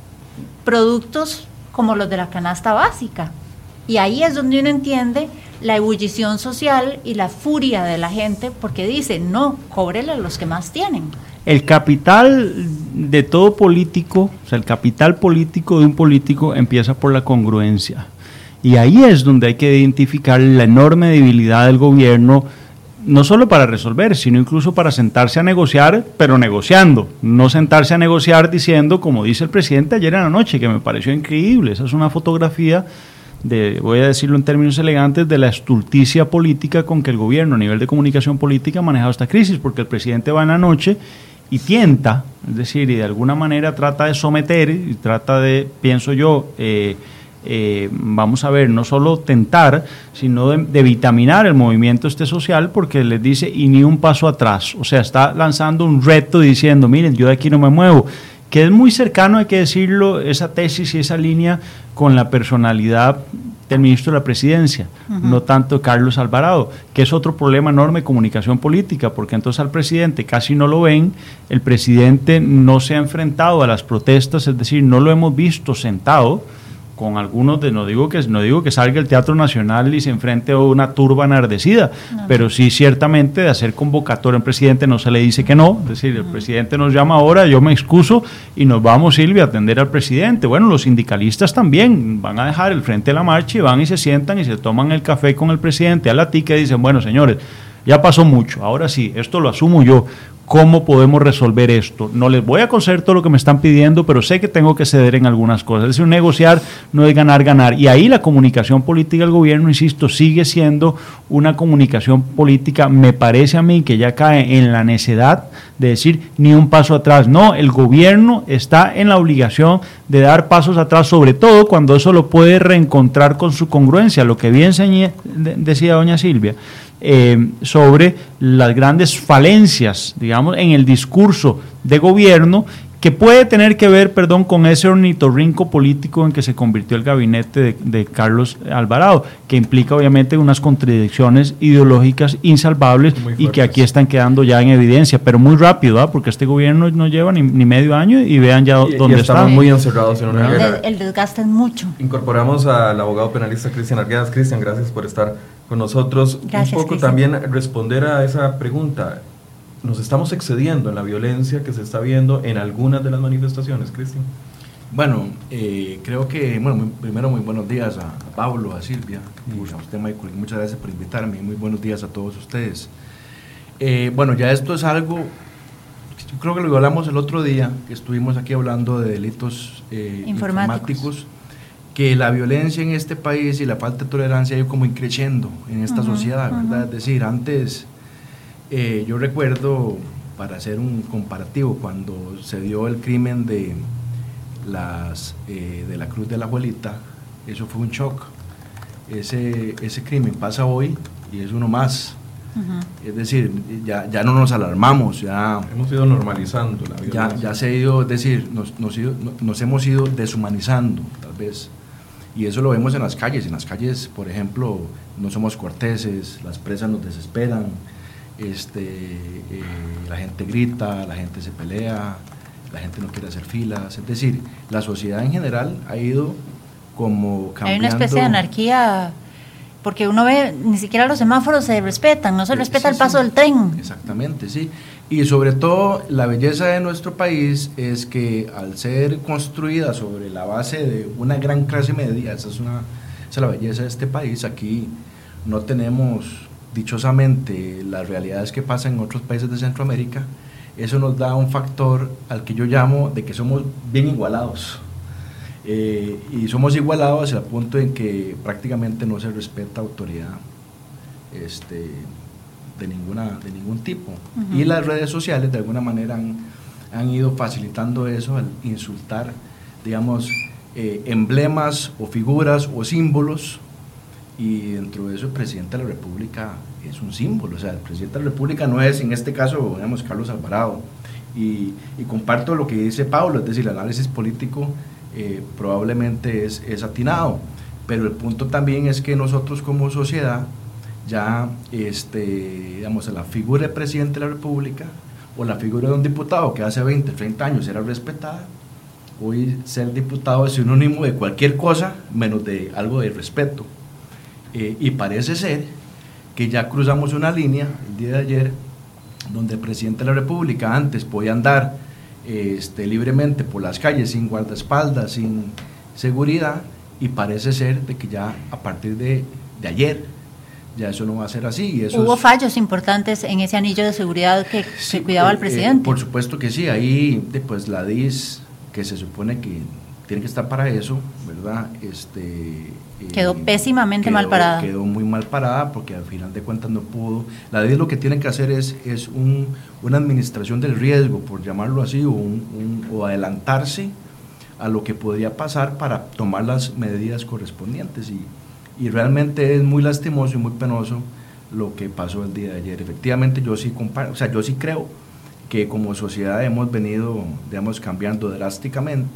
productos como los de la canasta básica. Y ahí es donde uno entiende la ebullición social y la furia de la gente, porque dice, no, cóbrele a los que más tienen. El capital de todo político, o sea, el capital político de un político empieza por la congruencia. Y ahí es donde hay que identificar la enorme debilidad del gobierno, no solo para resolver, sino incluso para sentarse a negociar, pero negociando, no sentarse a negociar diciendo, como dice el presidente ayer en la noche, que me pareció increíble. Esa es una fotografía de, voy a decirlo en términos elegantes, de la estulticia política con que el gobierno a nivel de comunicación política ha manejado esta crisis, porque el presidente va en la noche y tienta, es decir, y de alguna manera trata de someter, y trata de, pienso yo, eh, Eh, vamos a ver, no solo tentar, sino de, de vitaminar el movimiento este social, porque les dice, y ni un paso atrás, o sea, está lanzando un reto diciendo, miren, yo de aquí no me muevo, que es muy cercano, hay que decirlo, esa tesis y esa línea con la personalidad del ministro de la Presidencia, uh-huh. no tanto Carlos Alvarado, que es otro problema enorme de comunicación política, porque entonces al presidente casi no lo ven, el presidente no se ha enfrentado a las protestas, es decir, no lo hemos visto sentado con algunos de, no digo que no digo que salga el Teatro Nacional y se enfrente a una turba enardecida, no. pero sí ciertamente de hacer convocatoria al presidente no se le dice que no, es decir, el uh-huh. presidente nos llama ahora, yo me excuso y nos vamos, Silvia, a atender al presidente. Bueno, los sindicalistas también van a dejar el frente de la marcha y van y se sientan y se toman el café con el presidente a la tica y dicen, bueno, señores, ya pasó mucho, ahora sí, esto lo asumo yo. ¿Cómo podemos resolver esto? No les voy a conceder todo lo que me están pidiendo, pero sé que tengo que ceder en algunas cosas. Es decir, negociar no es ganar, ganar. Y ahí la comunicación política del gobierno, insisto, sigue siendo una comunicación política, me parece a mí, que ya cae en la necedad de decir ni un paso atrás. No, el gobierno está en la obligación de dar pasos atrás, sobre todo cuando eso lo puede reencontrar con su congruencia. Lo que bien señé, decía doña Silvia, Eh, sobre las grandes falencias, digamos, en el discurso de gobierno, que puede tener que ver, perdón, con ese ornitorrinco político en que se convirtió el gabinete de, de Carlos Alvarado, que implica obviamente unas contradicciones ideológicas insalvables y que aquí están quedando ya en evidencia, pero muy rápido, ¿eh? Porque este gobierno no lleva ni, ni medio año y vean ya y, dónde y estamos está. muy encerrados en una guerra. El, el desgaste es mucho. Incorporamos al abogado penalista Cristian Arguedas. Cristian, gracias por estar con nosotros. Gracias, un poco Cristian. También responder a esa pregunta. ¿Nos estamos excediendo en la violencia que se está viendo en algunas de las manifestaciones, Cristian? Bueno, eh, creo que, bueno, muy, primero muy buenos días a, a Pablo, a Silvia, y a usted, Michael, y muchas gracias por invitarme, y muy buenos días a todos ustedes. Eh, bueno, ya esto es algo, yo creo que lo hablamos el otro día, que estuvimos aquí hablando de delitos eh, informáticos. informáticos, que la violencia en este país y la falta de tolerancia ha ido como increciendo en esta uh-huh, sociedad, ¿verdad? Uh-huh. Es decir, antes... Eh, yo recuerdo, para hacer un comparativo, cuando se dio el crimen de, las, eh, de la Cruz de la Abuelita, eso fue un shock. Ese, ese crimen pasa hoy y es uno más. Uh-huh. Es decir, ya, ya no nos alarmamos, ya hemos ido normalizando la violencia. Ya, ya se ha ido, es decir, nos, nos, ido, nos hemos ido deshumanizando, tal vez. Y eso lo vemos en las calles. En las calles, por ejemplo, no somos corteses, las presas nos desesperan. Este, eh, la gente grita, la gente se pelea, la gente no quiere hacer filas, es decir, la sociedad en general ha ido como cambiando. Hay una especie de anarquía, porque uno ve, ni siquiera los semáforos se respetan, no se respeta sí, el paso sí, del tren. Exactamente, sí, y sobre todo la belleza de nuestro país es que al ser construida sobre la base de una gran clase media, esa es, una, esa es la belleza de este país, aquí no tenemos... dichosamente las realidades que pasan en otros países de Centroamérica, eso nos da un factor al que yo llamo de que somos bien igualados, eh, y somos igualados al punto en que prácticamente no se respeta autoridad este, de, ninguna, de ningún tipo. Uh-huh. Y las redes sociales de alguna manera han, han ido facilitando eso al insultar, digamos, eh, emblemas o figuras o símbolos. Y dentro de eso el presidente de la República es un símbolo, o sea, el presidente de la República no es, en este caso, digamos, Carlos Alvarado, Y, y comparto lo que dice Pablo, es decir, el análisis político eh, probablemente es, es atinado, pero el punto también es que nosotros como sociedad ya, este, digamos, la figura del presidente de la República o la figura de un diputado que hace veinte, treinta años era respetada, hoy ser diputado es sinónimo de cualquier cosa menos de algo de respeto. Eh, y parece ser que ya cruzamos una línea el día de ayer donde el presidente de la República antes podía andar este, libremente por las calles sin guardaespaldas, sin seguridad, y parece ser de que ya a partir de, de ayer ya eso no va a ser así. Y eso ¿Hubo es, fallos importantes en ese anillo de seguridad que, sí, que cuidaba eh, el presidente? Eh, por supuesto que sí, ahí pues la D I S, que se supone que tiene que estar para eso, ¿verdad? Este, quedó eh, pésimamente quedó, mal parada. Quedó muy mal parada porque al final de cuentas no pudo. La D I S lo que tiene que hacer es, es un, una administración del riesgo, por llamarlo así, o, un, un, o adelantarse a lo que podría pasar para tomar las medidas correspondientes. Y, y realmente es muy lastimoso y muy penoso lo que pasó el día de ayer. Efectivamente yo sí comparo, o sea, yo sí creo que como sociedad hemos venido, digamos, cambiando drásticamente,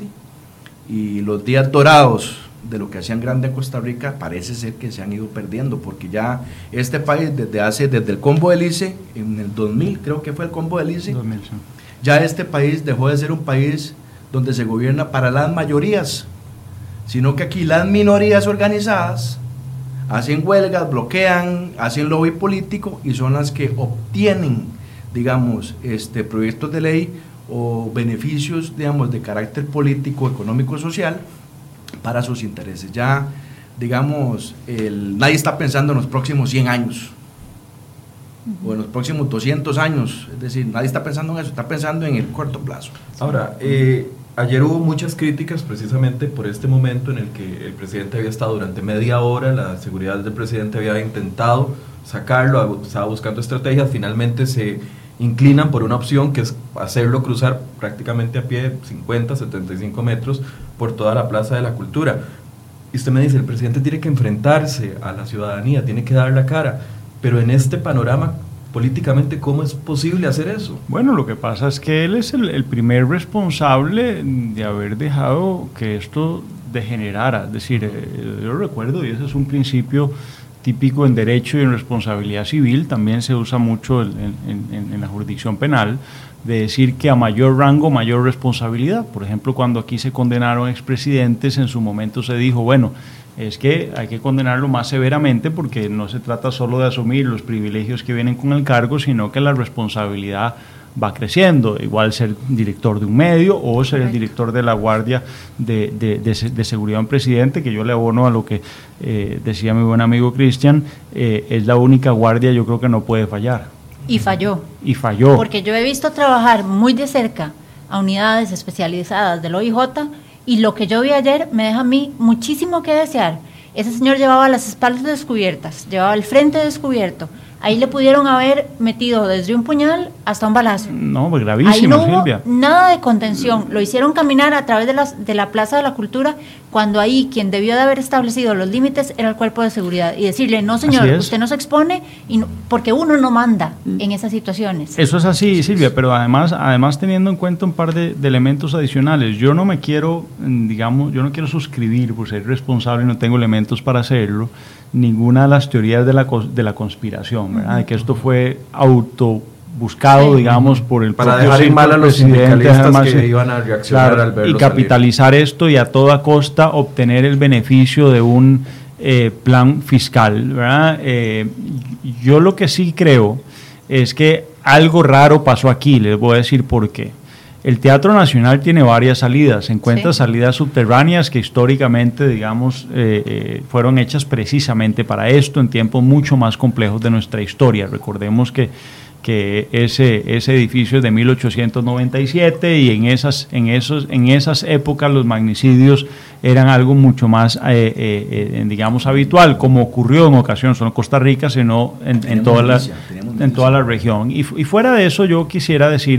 y los días dorados de lo que hacían grande a Costa Rica parece ser que se han ido perdiendo, porque ya este país desde hace, desde el combo del I C E, en el dos mil creo que fue el combo del I C E, dos mil, sí. Ya este país dejó de ser un país donde se gobierna para las mayorías, sino que aquí las minorías organizadas hacen huelgas, bloquean, hacen lobby político y son las que obtienen, digamos, este, proyectos de ley o beneficios, digamos, de carácter político, económico, social, para sus intereses. Ya, digamos, el, nadie está pensando en los próximos cien años, uh-huh, o en los próximos doscientos años, es decir, nadie está pensando en eso, está pensando en el corto plazo. Ahora, eh, ayer hubo muchas críticas precisamente por este momento en el que el presidente había estado durante media hora, la seguridad del presidente había intentado sacarlo, estaba buscando estrategias, finalmente se inclinan por una opción que es hacerlo cruzar prácticamente a pie cincuenta, setenta y cinco metros por toda la Plaza de la Cultura. Y usted me dice, el presidente tiene que enfrentarse a la ciudadanía, tiene que dar la cara, pero en este panorama, políticamente, ¿cómo es posible hacer eso? Bueno, lo que pasa es que él es el, el primer responsable de haber dejado que esto degenerara. Es decir, eh, yo recuerdo, y ese es un principio típico en derecho y en responsabilidad civil, también se usa mucho en, en, en la jurisdicción penal, de decir que a mayor rango, mayor responsabilidad. Por ejemplo, cuando aquí se condenaron expresidentes, en su momento se dijo, bueno, es que hay que condenarlo más severamente porque no se trata solo de asumir los privilegios que vienen con el cargo, sino que la responsabilidad va creciendo, igual ser director de un medio o ser el director de la Guardia de, de, de, de Seguridad de un presidente, que yo le abono a lo que eh, decía mi buen amigo Cristian, eh, es la única guardia, yo creo que no puede fallar. Y falló. Y falló. Porque yo he visto trabajar muy de cerca a unidades especializadas del O I J y lo que yo vi ayer me deja a mí muchísimo que desear. Ese señor llevaba las espaldas descubiertas, llevaba el frente descubierto. Ahí le pudieron haber metido desde un puñal hasta un balazo. No, pues gravísimo, ahí no hubo Silvia. Nada de contención. Lo hicieron caminar a través de, las, de la Plaza de la Cultura, cuando ahí quien debió de haber establecido los límites era el cuerpo de seguridad. Y decirle, no señor, usted no se expone, y no, porque uno no manda en esas situaciones. Eso es así, Silvia, pero además, además teniendo en cuenta un par de, de elementos adicionales, yo no me quiero, digamos, yo no quiero suscribir, por ser responsable y no tengo elementos para hacerlo, ninguna de las teorías de la, de la conspiración, ¿verdad? Uh-huh. De que esto fue auto buscado, sí, digamos, por el para dejar en mal a los sindicalistas que sí, iban a reaccionar, claro, al verlo y capitalizar salir. Esto y a toda costa obtener el beneficio de un eh, plan fiscal, ¿verdad? Eh, yo lo que sí creo es que algo raro pasó aquí, les voy a decir por qué. El Teatro Nacional tiene varias salidas, se encuentran sí. salidas subterráneas que históricamente, digamos, eh, eh, fueron hechas precisamente para esto en tiempos mucho más complejos de nuestra historia. Recordemos que, que ese, ese edificio es de mil ochocientos noventa y siete y en esas, en esos, en esas épocas los magnicidios eran algo mucho más, eh, eh, eh, digamos, habitual, como ocurrió en ocasiones, no en Costa Rica, sino en, en, toda, la, en toda la región. Y, y fuera de eso, yo quisiera decir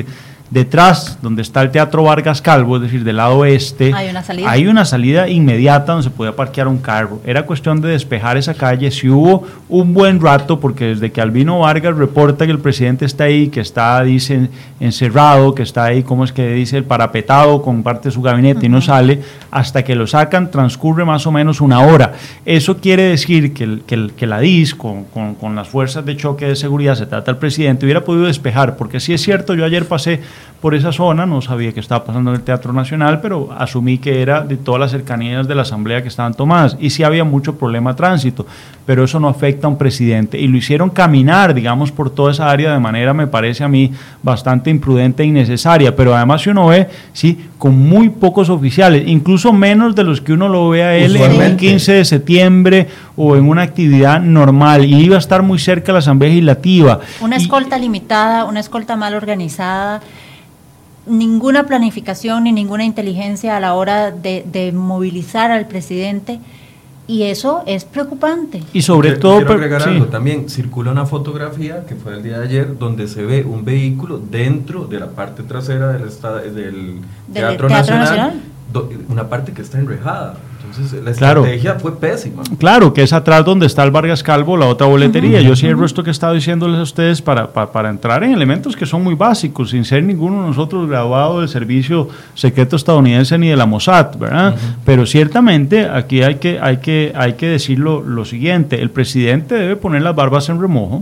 detrás, donde está el Teatro Vargas Calvo, es decir, del lado oeste, hay una salida, hay una salida inmediata donde se podía parquear un carro. Era cuestión de despejar esa calle. Si hubo un buen rato, porque desde que Albino Vargas reporta que el presidente está ahí, que está, dice, encerrado, que está ahí, ¿cómo es que dice? El parapetado con parte de su gabinete, uh-huh, y no sale, hasta que lo sacan transcurre más o menos una hora. Eso quiere decir que, el, que, el, que la D I S, con, con, con las fuerzas de choque de seguridad, se trata del presidente, hubiera podido despejar, porque sí es cierto, yo ayer pasé por esa zona, no sabía qué estaba pasando en el Teatro Nacional, pero asumí que era de todas las cercanías de la asamblea que estaban tomadas, y sí había mucho problema de tránsito, pero eso no afecta a un presidente, y lo hicieron caminar, digamos, por toda esa área de manera, me parece a mí, bastante imprudente e innecesaria, pero además si uno ve, sí, con muy pocos oficiales, incluso menos de los que uno lo ve a él en el quince de septiembre o en una actividad normal, y iba a estar muy cerca de la Asamblea Legislativa. Una escolta y, limitada, una escolta mal organizada, ninguna planificación ni ninguna inteligencia a la hora de, de movilizar al presidente, y eso es preocupante. Y sobre quiero, todo... Quiero agregar sí. algo, también circula una fotografía que fue el día de ayer, donde se ve un vehículo dentro de la parte trasera del, estado, del, del Teatro, Teatro Nacional, Nacional? Do, una parte que está enrejada. Entonces la estrategia claro. fue pésima. Claro, que es atrás donde está el Vargas Calvo, la otra boletería. Uh-huh. Yo cierro esto que he estado diciéndoles a ustedes para, para, para entrar en elementos que son muy básicos, sin ser ninguno de nosotros graduado del Servicio Secreto Estadounidense ni de la Mossad, ¿verdad? Uh-huh. Pero ciertamente aquí hay que, hay que, hay que decir lo, lo siguiente, el presidente debe poner las barbas en remojo.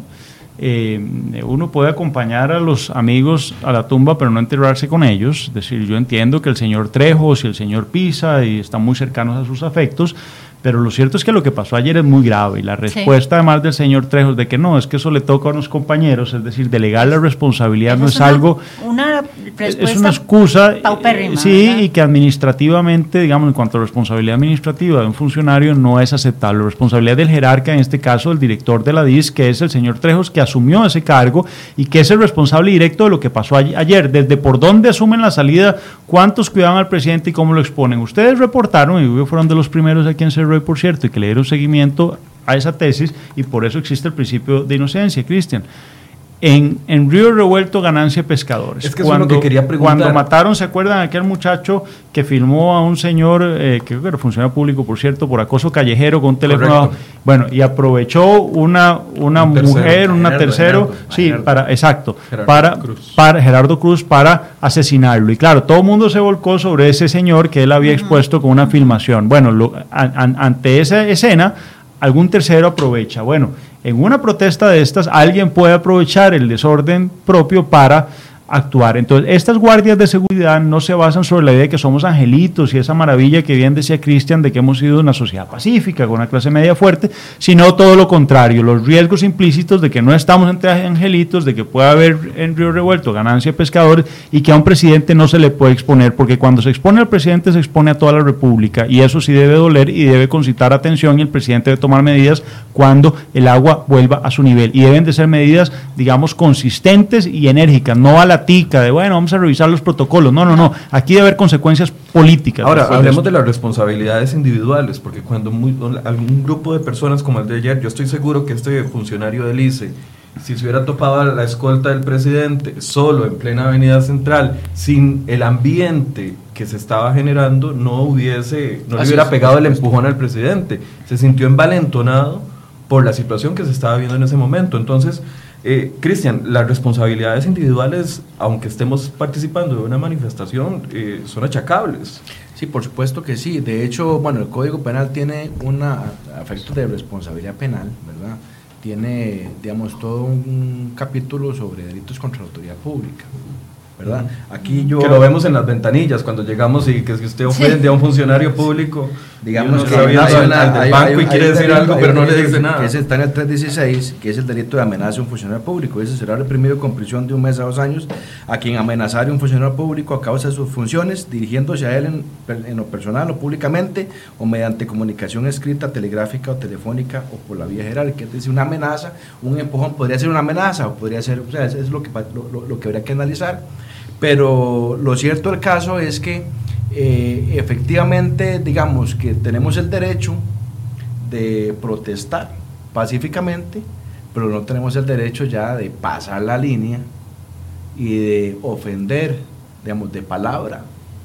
Eh, uno puede acompañar a los amigos a la tumba pero no enterrarse con ellos, es decir, yo entiendo que el señor Trejos y el señor Pisa y están muy cercanos a sus afectos, pero lo cierto es que lo que pasó ayer es muy grave, y la respuesta sí. además del señor Trejos de que no, es que eso le toca a unos compañeros, es decir, delegar la responsabilidad no es, es una, algo, una es una excusa, eh, sí, ¿verdad? Y que administrativamente, digamos, en cuanto a responsabilidad administrativa de un funcionario no es aceptable. La responsabilidad del jerarca, en este caso el director de la D I S, que es el señor Trejos, que asumió ese cargo y que es el responsable directo de lo que pasó ayer, desde por dónde asumen la salida, cuántos cuidaban al presidente y cómo lo exponen. Ustedes reportaron, y fueron de los primeros aquí en Cerro, por cierto, y que le dieron seguimiento a esa tesis, y por eso existe el principio de inocencia, Cristian. En, en Río Revuelto, ganancia pescadores. Es que cuando, eso es lo que quería preguntar. Cuando mataron, ¿se acuerdan? Aquel muchacho que filmó a un señor, eh, que creo que era funcionario público, por cierto, por acoso callejero con un teléfono. Correcto. Bueno, y aprovechó una, una un mujer, tercero, una Gerardo, tercero, Gerardo, sí, Gerardo. para, exacto, Gerardo para, Cruz. para Gerardo Cruz para asesinarlo. Y claro, todo el mundo se volcó sobre ese señor que él había uh-huh. expuesto con una filmación. Bueno, lo, an, an, ante esa escena, algún tercero aprovecha. Bueno, en una protesta de estas, alguien puede aprovechar el desorden propio para actuar. Entonces, estas guardias de seguridad no se basan sobre la idea de que somos angelitos y esa maravilla que bien decía Cristian de que hemos sido una sociedad pacífica, con una clase media fuerte, sino todo lo contrario, los riesgos implícitos de que no estamos entre angelitos, de que pueda haber en Río Revuelto ganancia de pescadores y que a un presidente no se le puede exponer, porque cuando se expone al presidente se expone a toda la República, y eso sí debe doler y debe concitar atención, y el presidente debe tomar medidas cuando el agua vuelva a su nivel, y deben de ser medidas, digamos, consistentes y enérgicas, no a la tica de bueno, vamos a revisar los protocolos, no, no, no, aquí debe haber consecuencias políticas. Ahora, hablemos de, de las responsabilidades individuales, porque cuando muy, algún grupo de personas como el de ayer, yo estoy seguro que este funcionario del I C E, si se hubiera topado a la escolta del presidente solo en plena avenida central, sin el ambiente que se estaba generando, no hubiese, no le hubiera pegado el empujón al presidente, se sintió envalentonado por la situación que se estaba viendo en ese momento. Entonces, eh, Cristian, las responsabilidades individuales, aunque estemos participando de una manifestación, eh, son achacables. Sí, por supuesto que sí. De hecho, bueno, el Código Penal tiene un efecto de responsabilidad penal, ¿verdad? Tiene, digamos, todo un capítulo sobre delitos contra la autoridad pública, ¿verdad? Aquí yo... Que lo vemos en las ventanillas cuando llegamos, y que si usted ofende sí. a un funcionario público, digamos que está viendo al, al del banco hay, y quiere decir algo, pero no le dice nada. Que ese está en el tres dieciséis, que es el delito de amenaza a un funcionario público. Ese será reprimido con prisión de un mes a dos años a quien amenazare a un funcionario público a causa de sus funciones, dirigiéndose a él en, en lo personal o públicamente, o mediante comunicación escrita, telegráfica o telefónica, o por la vía jerárquica. Es decir, una amenaza, un empujón podría ser una amenaza, o podría ser, o sea, eso es lo que, lo, lo, lo que habría que analizar. Pero lo cierto del caso es que eh, efectivamente, digamos que tenemos el derecho de protestar pacíficamente, pero no tenemos el derecho ya de pasar la línea y de ofender, digamos, de palabra,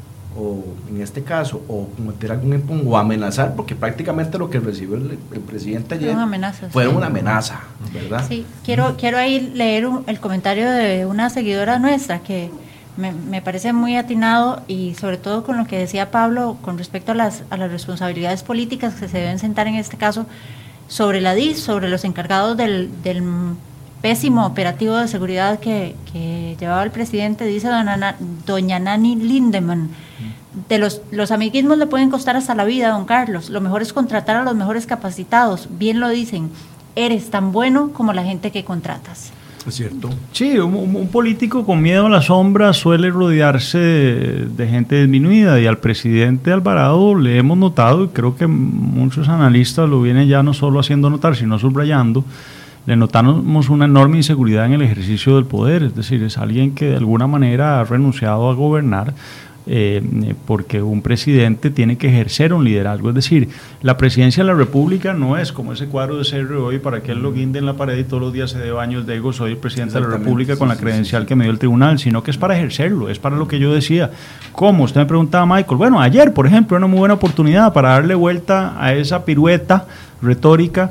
o en este caso, o cometer algún impugnamiento o amenazar, porque prácticamente lo que recibió el, el presidente ayer fueron amenazas, fue sí. una amenaza, ¿verdad? Sí, quiero, quiero ahí leer un, el comentario de una seguidora nuestra que me, me parece muy atinado, y sobre todo con lo que decía Pablo con respecto a las, a las responsabilidades políticas que se deben sentar en este caso sobre la D I S, sobre los encargados del, del pésimo operativo de seguridad que, que llevaba el presidente. Dice doña, doña Nani Lindemann: de los, los amiguismos le pueden costar hasta la vida, don Carlos. Lo mejor es contratar a los mejores capacitados. Bien lo dicen, eres tan bueno como la gente que contratas. Es cierto. Sí, un, un político con miedo a la sombra suele rodearse de, de gente disminuida, y al presidente Alvarado le hemos notado, y creo que muchos analistas lo vienen ya no solo haciendo notar, sino subrayando, le notamos una enorme inseguridad en el ejercicio del poder. Es decir, es alguien que de alguna manera ha renunciado a gobernar, Eh, porque un presidente tiene que ejercer un liderazgo. Es decir, la presidencia de la República no es como ese cuadro de C R hoy para que él lo guinde en la pared y todos los días se dé baños de ego: soy el presidente de la República con la credencial que me dio el tribunal, sino que es para ejercerlo, es para lo que yo decía. ¿Cómo? Usted me preguntaba, Michael. Bueno, ayer, por ejemplo, era una muy buena oportunidad para darle vuelta a esa pirueta retórica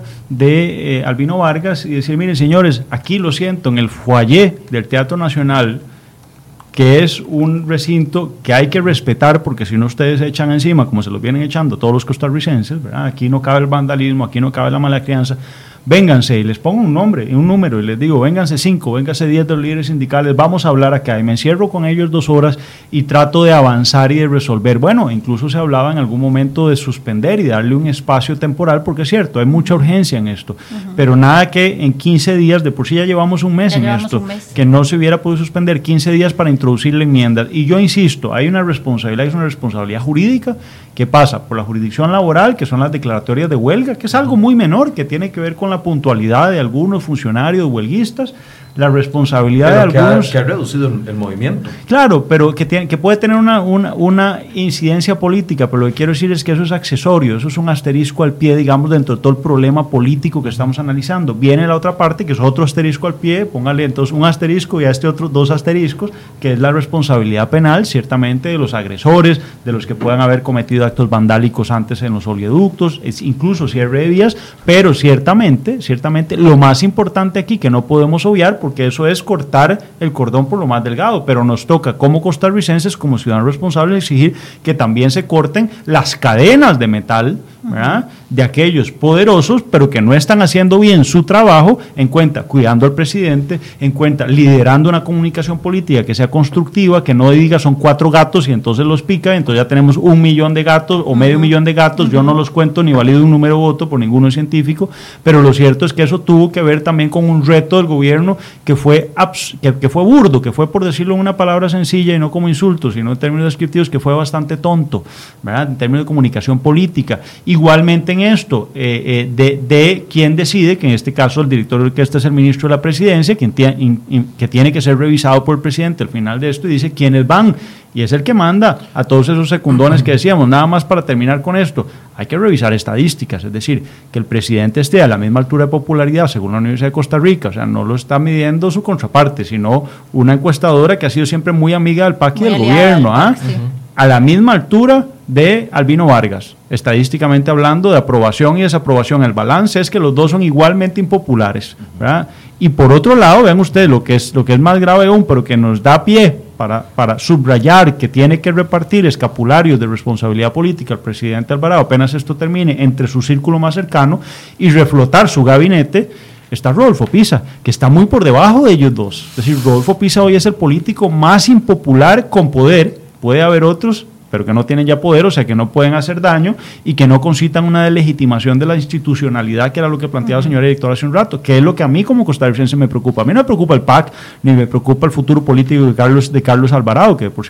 de eh, Albino Vargas y decir: miren, señores, aquí lo siento, en el foyer del Teatro Nacional, que es un recinto que hay que respetar, porque si no ustedes se echan encima, como se los vienen echando todos los costarricenses, ¿verdad? Aquí no cabe el vandalismo, aquí no cabe la mala crianza. Vénganse, y les pongo un nombre y un número y les digo: vénganse cinco, vénganse diez de los líderes sindicales, vamos a hablar acá. Y me encierro con ellos dos horas y trato de avanzar y de resolver. Bueno, incluso se hablaba en algún momento de suspender y darle un espacio temporal, porque es cierto, hay mucha urgencia en esto, uh-huh. pero nada que en quince días, de por sí ya llevamos un mes ya en esto, que no se hubiera podido suspender quince días para introducirle enmiendas. Y yo insisto, hay una responsabilidad, es una responsabilidad jurídica que pasa por la jurisdicción laboral, que son las declaratorias de huelga, que es algo muy menor, que tiene que ver con la puntualidad de algunos funcionarios huelguistas, la responsabilidad pero de algunos... Que ha, que ha reducido el, el movimiento. Claro, pero que, tiene, que puede tener una, una, una incidencia política, pero lo que quiero decir es que eso es accesorio, eso es un asterisco al pie, digamos, dentro de todo el problema político que estamos analizando. Viene la otra parte, que es otro asterisco al pie, póngale entonces un asterisco y a este otro dos asteriscos, que es la responsabilidad penal, ciertamente, de los agresores, de los que puedan haber cometido actos vandálicos antes en los oleoductos, es incluso cierre de vías, pero ciertamente, ciertamente, lo más importante aquí, que no podemos obviar, porque eso es cortar el cordón por lo más delgado, pero nos toca como costarricenses, como ciudadanos responsables, exigir que también se corten las cadenas de metal, ¿verdad?, de aquellos poderosos, pero que no están haciendo bien su trabajo, en cuenta cuidando al presidente, en cuenta liderando una comunicación política que sea constructiva, que no diga son cuatro gatos y entonces los pica, entonces ya tenemos un millón de gatos o medio millón de gatos. Yo no los cuento ni valido un número voto por ninguno científico, pero lo cierto es que eso tuvo que ver también con un reto del gobierno que fue, que, que fue burdo, que fue, por decirlo en una palabra sencilla y no como insulto, sino en términos descriptivos, que fue bastante tonto, ¿verdad?, en términos de comunicación política. Igualmente en esto, eh, eh, de, de quién decide, que en este caso el director de orquesta es el ministro de la presidencia, quien tiene, in, in, que tiene que ser revisado por el presidente al final de esto, y dice quiénes van, y es el que manda a todos esos secundones que decíamos. Nada más para terminar con esto, hay que revisar estadísticas, es decir, que el presidente esté a la misma altura de popularidad según la Universidad de Costa Rica, o sea, no lo está midiendo su contraparte, sino una encuestadora que ha sido siempre muy amiga del P A C y del gobierno, ¿ah? Sí. A la misma altura de Albino Vargas, estadísticamente hablando, de aprobación y desaprobación. El balance es que los dos son igualmente impopulares, ¿verdad? Y por otro lado, vean ustedes lo que es, lo que es más grave aún, pero que nos da pie para, para subrayar que tiene que repartir escapularios de responsabilidad política al presidente Alvarado apenas esto termine entre su círculo más cercano y reflotar su gabinete. Está Rodolfo Pisa, que está muy por debajo de ellos dos. Es decir, Rodolfo Pisa hoy es el político más impopular con poder. Puede haber otros, pero que no tienen ya poder, o sea, que no pueden hacer daño y que no concitan una deslegitimación de la institucionalidad, que era lo que planteaba la señora directora hace un rato, que es lo que a mí como costarricense me preocupa. A mí no me preocupa el P A C, ni me preocupa el futuro político de Carlos, de Carlos Alvarado, que por si va a salir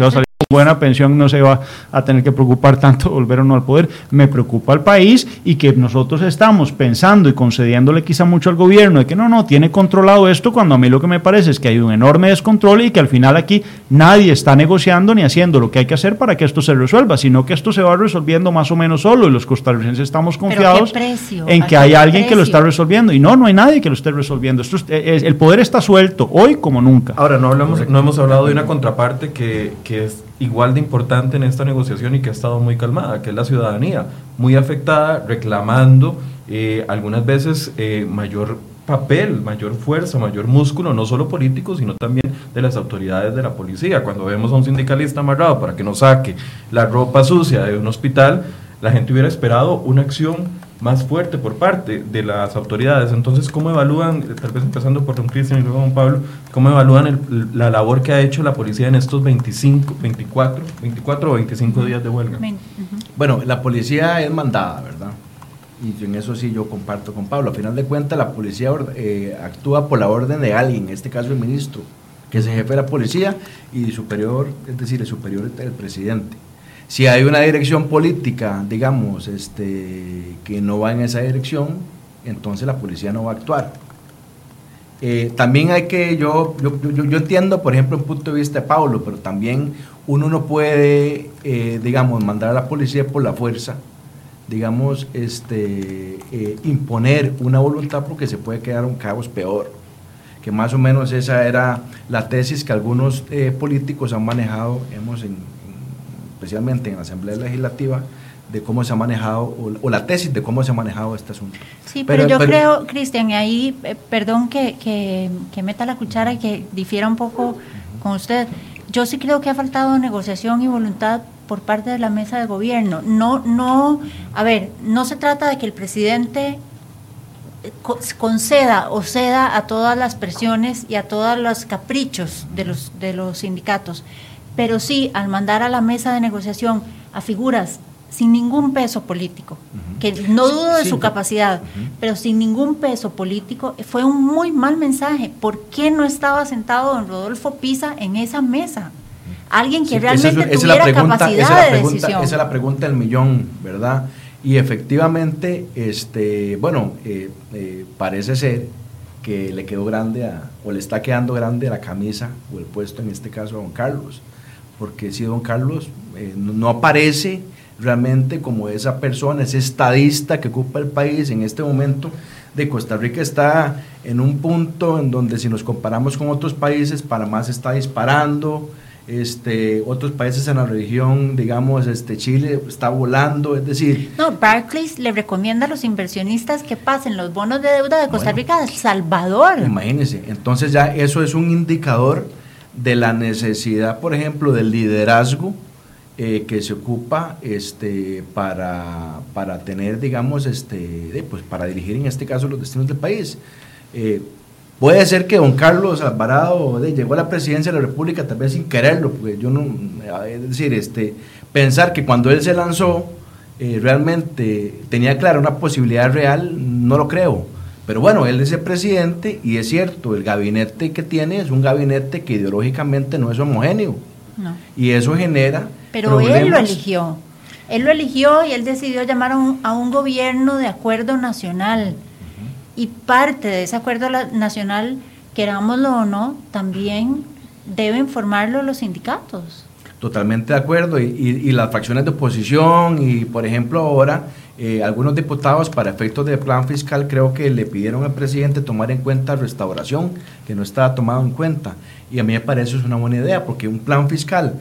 buena pensión no se va a tener que preocupar tanto de volver o no al poder. Me preocupa el país y que nosotros estamos pensando y concediéndole quizá mucho al gobierno de que no, no, tiene controlado esto, cuando a mí lo que me parece es que hay un enorme descontrol y que al final aquí nadie está negociando ni haciendo lo que hay que hacer para que esto se resuelva, sino que esto se va resolviendo más o menos solo y los costarricenses estamos confiados en que hay alguien que lo está resolviendo y no, no hay nadie que lo esté resolviendo. Esto es, es, el poder está suelto hoy como nunca. Ahora, no hablamos, no hemos hablado de una contraparte que, que es igual de importante en esta negociación y que ha estado muy calmada, que es la ciudadanía, muy afectada, reclamando eh, algunas veces eh, mayor papel, mayor fuerza, mayor músculo, no solo político, sino también de las autoridades de la policía. Cuando vemos a un sindicalista amarrado para que nos saque la ropa sucia de un hospital, la gente hubiera esperado una acción más fuerte por parte de las autoridades. Entonces, ¿cómo evalúan, tal vez empezando por don Cristian y luego don Pablo, cómo evalúan el, la labor que ha hecho la policía en estos veinticinco, veinticuatro, veinticuatro o veinticinco días de huelga? Bueno, la policía es mandada, ¿verdad? Y en eso sí yo comparto con Pablo. A final de cuentas, la policía eh, actúa por la orden de alguien, en este caso el ministro, que es el jefe de la policía, y superior, es decir, el superior es el presidente. Si hay una dirección política, digamos, este, que no va en esa dirección, entonces la policía no va a actuar. Eh, también hay que, yo, yo, yo, yo entiendo, por ejemplo, el punto de vista de Pablo, pero también uno no puede, eh, digamos, mandar a la policía por la fuerza, digamos, este, eh, imponer una voluntad porque se puede quedar un caos peor. Que más o menos esa era la tesis que algunos eh, políticos han manejado, hemos en, especialmente en la Asamblea Legislativa, de cómo se ha manejado, o, o la tesis de cómo se ha manejado este asunto. Sí, pero, pero yo pero, creo, Cristian, y ahí, eh, perdón que, que, que meta la cuchara y que difiera un poco uh-huh. con usted, yo sí creo que ha faltado negociación y voluntad por parte de la mesa de gobierno. No, no, a ver, no se trata de que el presidente conceda o ceda a todas las presiones y a todos los caprichos de los, de los sindicatos, pero sí al mandar a la mesa de negociación a figuras sin ningún peso político, uh-huh. que no dudo de sí, su sí. capacidad, uh-huh. pero sin ningún peso político, fue un muy mal mensaje. ¿Por qué no estaba sentado don Rodolfo Pisa en esa mesa? Alguien que sí, realmente esa es, tuviera esa es pregunta, capacidad esa es de pregunta, decisión. Esa es la pregunta del millón, ¿verdad? Y efectivamente, este, bueno, eh, eh, parece ser que le quedó grande, a, o le está quedando grande la camisa o el puesto, en este caso, a don Carlos, porque si don Carlos eh, no, no aparece realmente como esa persona, ese estadista que ocupa el país en este momento. De Costa Rica está en un punto en donde, si nos comparamos con otros países, Panamá se está disparando, este, otros países en la región, digamos, este, Chile está volando, es decir... No, Barclays le recomienda a los inversionistas que pasen los bonos de deuda de Costa bueno, Rica a El Salvador. Imagínense, entonces ya eso es un indicador de la necesidad, por ejemplo, del liderazgo eh, que se ocupa este, para, para tener, digamos, este, de, pues para dirigir en este caso los destinos del país. Eh, Puede ser que don Carlos Alvarado de, llegó a la presidencia de la República tal vez sin quererlo, porque yo no, es decir, este, pensar que cuando él se lanzó eh, realmente tenía clara una posibilidad real, no lo creo. Pero bueno, él es el presidente y es cierto, el gabinete que tiene es un gabinete que ideológicamente no es homogéneo. No. Y eso genera Pero problemas. Él lo eligió, él lo eligió y él decidió llamar a un, a un gobierno de acuerdo nacional. Y parte de ese acuerdo nacional, querámoslo o no, también deben formarlo los sindicatos. Totalmente de acuerdo, y, y, y las fracciones de oposición, y por ejemplo ahora, eh, algunos diputados para efectos de plan fiscal creo que le pidieron al presidente tomar en cuenta restauración, que no estaba tomado en cuenta, y a mí me parece es una buena idea, porque un plan fiscal,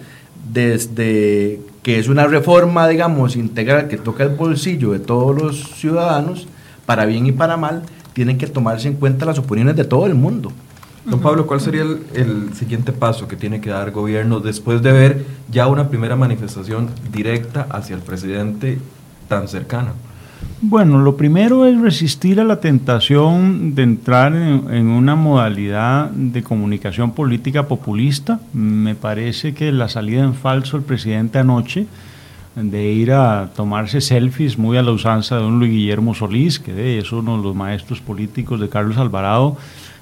desde que es una reforma, digamos, integral, que toca el bolsillo de todos los ciudadanos, para bien y para mal, tienen que tomarse en cuenta las opiniones de todo el mundo. Don Pablo, ¿cuál sería el, el siguiente paso que tiene que dar el gobierno después de ver ya una primera manifestación directa hacia el presidente tan cercana? Bueno, lo primero es resistir a la tentación de entrar en, en una modalidad de comunicación política populista. Me parece que la salida en falso del presidente anoche, de ir a tomarse selfies muy a la usanza de don Luis Guillermo Solís, que es uno de los maestros políticos de Carlos Alvarado,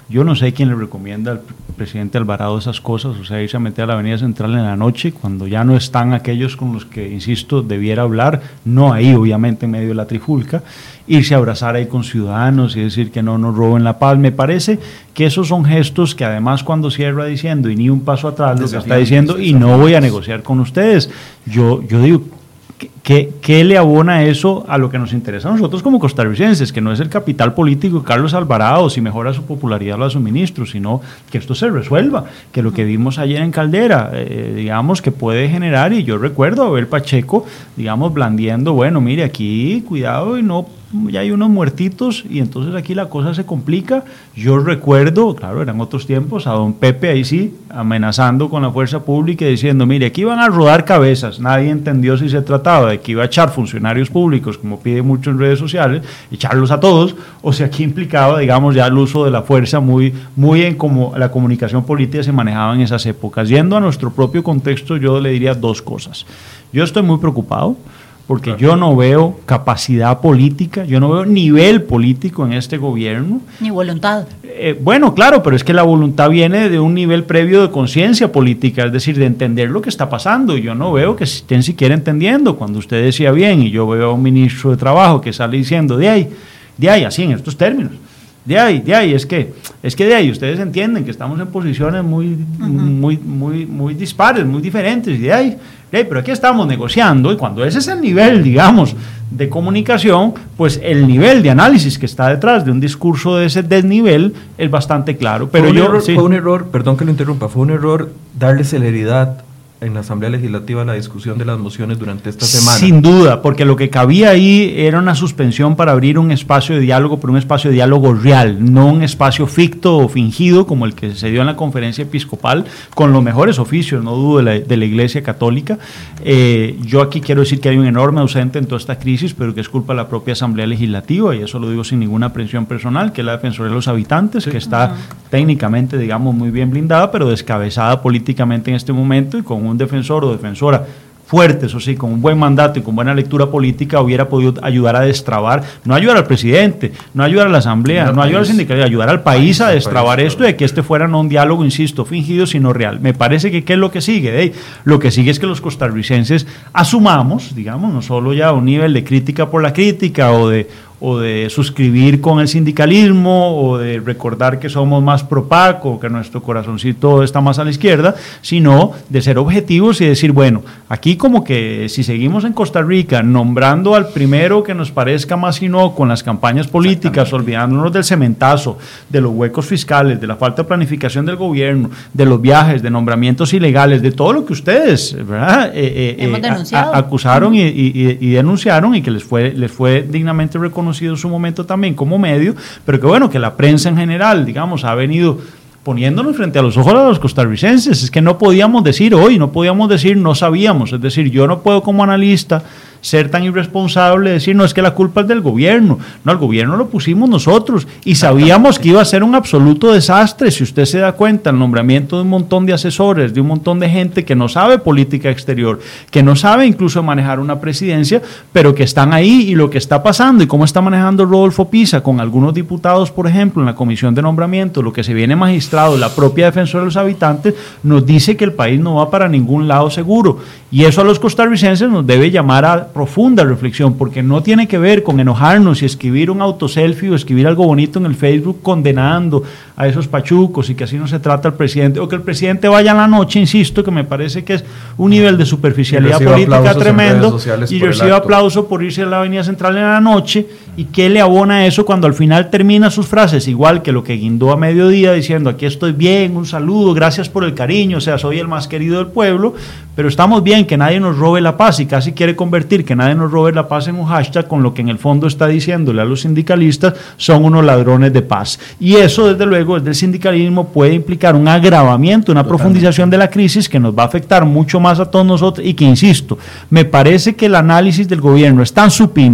Yo no sé quién le recomienda al presidente Alvarado esas cosas, o sea, irse a meter a la Avenida Central en la noche, cuando ya no están aquellos con los que, insisto, debiera hablar, no ahí, obviamente, en medio de la trifulca, irse a abrazar ahí con ciudadanos y decir que no nos roben la paz. Me parece que esos son gestos que además cuando cierra diciendo, y ni un paso atrás, lo que está diciendo, y no voy a negociar con ustedes. Yo, yo digo, ¿Qué, ¿Qué le abona eso a lo que nos interesa a nosotros como costarricenses? Que no es el capital político de Carlos Alvarado, si mejora su popularidad o la suministro, sino que esto se resuelva, que lo que vimos ayer en Caldera, eh, digamos, que puede generar, y yo recuerdo a Abel Pacheco, digamos, blandiendo, bueno, mire, aquí, cuidado, y no, ya hay unos muertitos, y entonces aquí la cosa se complica. Yo recuerdo, claro, eran otros tiempos, a don Pepe ahí sí, amenazando con la fuerza pública y diciendo, mire, aquí van a rodar cabezas, nadie entendió si se trataba de que iba a echar funcionarios públicos, como pide mucho en redes sociales, echarlos a todos, o si aquí implicaba, digamos, ya el uso de la fuerza muy, muy en como la comunicación política se manejaba en esas épocas. Yendo a nuestro propio contexto, yo le diría dos cosas. Yo estoy muy preocupado, porque yo no veo capacidad política, yo no veo nivel político en este gobierno. Ni voluntad. Eh, bueno, claro, pero es que la voluntad viene de un nivel previo de conciencia política, es decir, de entender lo que está pasando. Y yo no veo que estén siquiera entendiendo. Cuando usted decía bien, y yo veo a un ministro de Trabajo que sale diciendo, de ahí, de ahí, así en estos términos, de ahí, de ahí, es que, es que de ahí ustedes entienden que estamos en posiciones muy, uh-huh. muy, muy, muy dispares, muy diferentes, y de ahí, de ahí, pero aquí estamos negociando, y cuando ese es el nivel, digamos, de comunicación, pues el nivel de análisis que está detrás de un discurso de ese desnivel es bastante claro. Pero fue, un yo, error, sí. fue un error, perdón que lo interrumpa, fue un error darle celeridad en la Asamblea Legislativa la discusión de las mociones durante esta semana. Sin duda, porque lo que cabía ahí era una suspensión para abrir un espacio de diálogo, pero un espacio de diálogo real, no un espacio ficto o fingido como el que se dio en la conferencia episcopal, con los mejores oficios, no dudo, de la, de la Iglesia Católica. Eh, yo aquí quiero decir que hay un enorme ausente en toda esta crisis, pero que es culpa de la propia Asamblea Legislativa, y eso lo digo sin ninguna presión personal, que es la Defensoría de los Habitantes, sí. que está uh-huh. técnicamente, digamos, muy bien blindada, pero descabezada políticamente en este momento, y con un defensor o defensora fuerte, eso sí, con un buen mandato y con buena lectura política, hubiera podido ayudar a destrabar, no ayudar al presidente, no ayudar a la Asamblea, no, no ayudar al sindicato, ayudar al país a destrabar país, esto, de que este fuera no un diálogo, insisto, fingido, sino real. Me parece que ¿qué es lo que sigue? Hey, lo que sigue es que los costarricenses asumamos, digamos, no solo ya un nivel de crítica por la crítica o de o de suscribir con el sindicalismo, o de recordar que somos más pro-PAC, o que nuestro corazoncito está más a la izquierda, sino de ser objetivos y decir, bueno, aquí como que si seguimos en Costa Rica nombrando al primero que nos parezca más inocuo en las campañas políticas, olvidándonos del cementazo, de los huecos fiscales, de la falta de planificación del gobierno, de los viajes, de nombramientos ilegales, de todo lo que ustedes, ¿verdad? Eh, eh, Hemos eh, denunciado. A, a, acusaron y, y, y denunciaron, y que les fue, les fue dignamente reconocido en su momento también como medio, pero que bueno, que la prensa en general, digamos, ha venido poniéndonos frente a los ojos a los costarricenses. Es que no podíamos decir hoy, no podíamos decir no sabíamos, es decir, yo no puedo como analista ser tan irresponsable, decir, no, es que la culpa es del gobierno. No, el gobierno lo pusimos nosotros y sabíamos que iba a ser un absoluto desastre. Si usted se da cuenta, el nombramiento de un montón de asesores, de un montón de gente que no sabe política exterior, que no sabe incluso manejar una presidencia, pero que están ahí, y lo que está pasando y cómo está manejando Rodolfo Pisa con algunos diputados, por ejemplo, en la comisión de nombramiento, lo que se viene magistrado, la propia Defensora de los Habitantes, nos dice que el país no va para ningún lado seguro. Y eso a los costarricenses nos debe llamar a profunda reflexión, porque no tiene que ver con enojarnos y escribir un autoselfie o escribir algo bonito en el Facebook condenando a esos pachucos y que así no se trata al presidente, o que el presidente vaya en la noche, insisto, que me parece que es un nivel de superficialidad política tremendo, y recibe aplauso por irse a la Avenida Central en la noche. ¿Y qué le abona eso cuando al final termina sus frases igual que lo que guindó a mediodía, diciendo aquí estoy bien, un saludo, gracias por el cariño, o sea, soy el más querido del pueblo, pero estamos bien, que nadie nos robe la paz, y casi quiere convertir que nadie nos robe la paz en un hashtag, con lo que en el fondo está diciéndole a los sindicalistas son unos ladrones de paz. Y eso, desde luego, desde el sindicalismo puede implicar un agravamiento, una Totalmente. profundización de la crisis que nos va a afectar mucho más a todos nosotros, y que, insisto, me parece que el análisis del gobierno es tan supino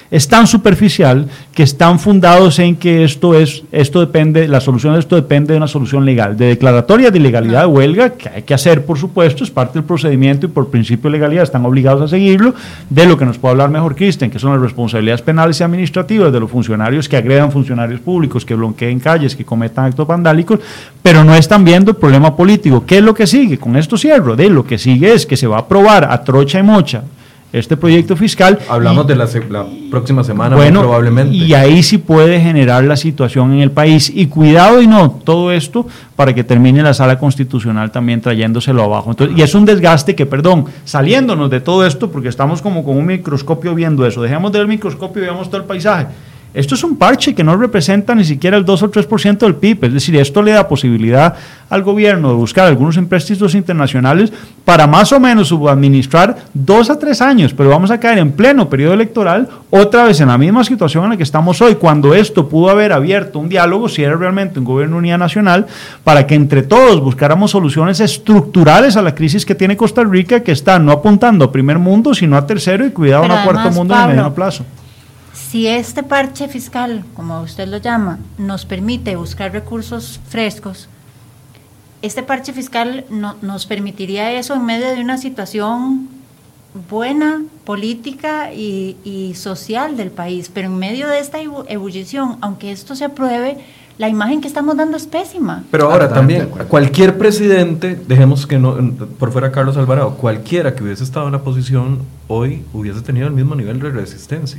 es tan superficial que están fundados en que esto es, esto depende, la solución de esto depende de una solución legal, de declaratoria de ilegalidad de huelga, que hay que hacer por supuesto, es parte del procedimiento y por principio de legalidad están obligados a seguirlo, de lo que nos puede hablar mejor Cristian, que son las responsabilidades penales y administrativas de los funcionarios que agredan funcionarios públicos, que bloqueen calles, que cometan actos vandálicos, pero no están viendo el problema político. ¿Qué es lo que sigue? Con esto cierro, de lo que sigue es que se va a aprobar a trocha y mocha este proyecto fiscal. Hablamos y, de la, se, la próxima semana, bueno, muy probablemente. Y ahí sí puede generar la situación en el país. Y cuidado y no, todo esto para que termine la sala constitucional también trayéndoselo abajo. Entonces, y es un desgaste que, perdón, saliéndonos de todo esto, porque estamos como con un microscopio viendo eso, dejemos de ver el microscopio y veamos todo el paisaje. Esto es un parche que no representa ni siquiera el dos o tres por ciento del P I B, es decir, esto le da posibilidad al gobierno de buscar algunos empréstitos internacionales para más o menos subadministrar dos a tres años, pero vamos a caer en pleno periodo electoral, otra vez en la misma situación en la que estamos hoy, cuando esto pudo haber abierto un diálogo, si era realmente un gobierno de unidad nacional, para que entre todos buscáramos soluciones estructurales a la crisis que tiene Costa Rica, que está no apuntando a primer mundo, sino a tercero y cuidado a cuarto mundo en el mediano plazo. Si este parche fiscal, como usted lo llama, nos permite buscar recursos frescos, este parche fiscal no, nos permitiría eso en medio de una situación buena, política y, y social del país, pero en medio de esta ebullición, aunque esto se apruebe, la imagen que estamos dando es pésima. Pero ahora también, cualquier presidente, dejemos que no, por fuera Carlos Alvarado, cualquiera que hubiese estado en la posición hoy hubiese tenido el mismo nivel de resistencia.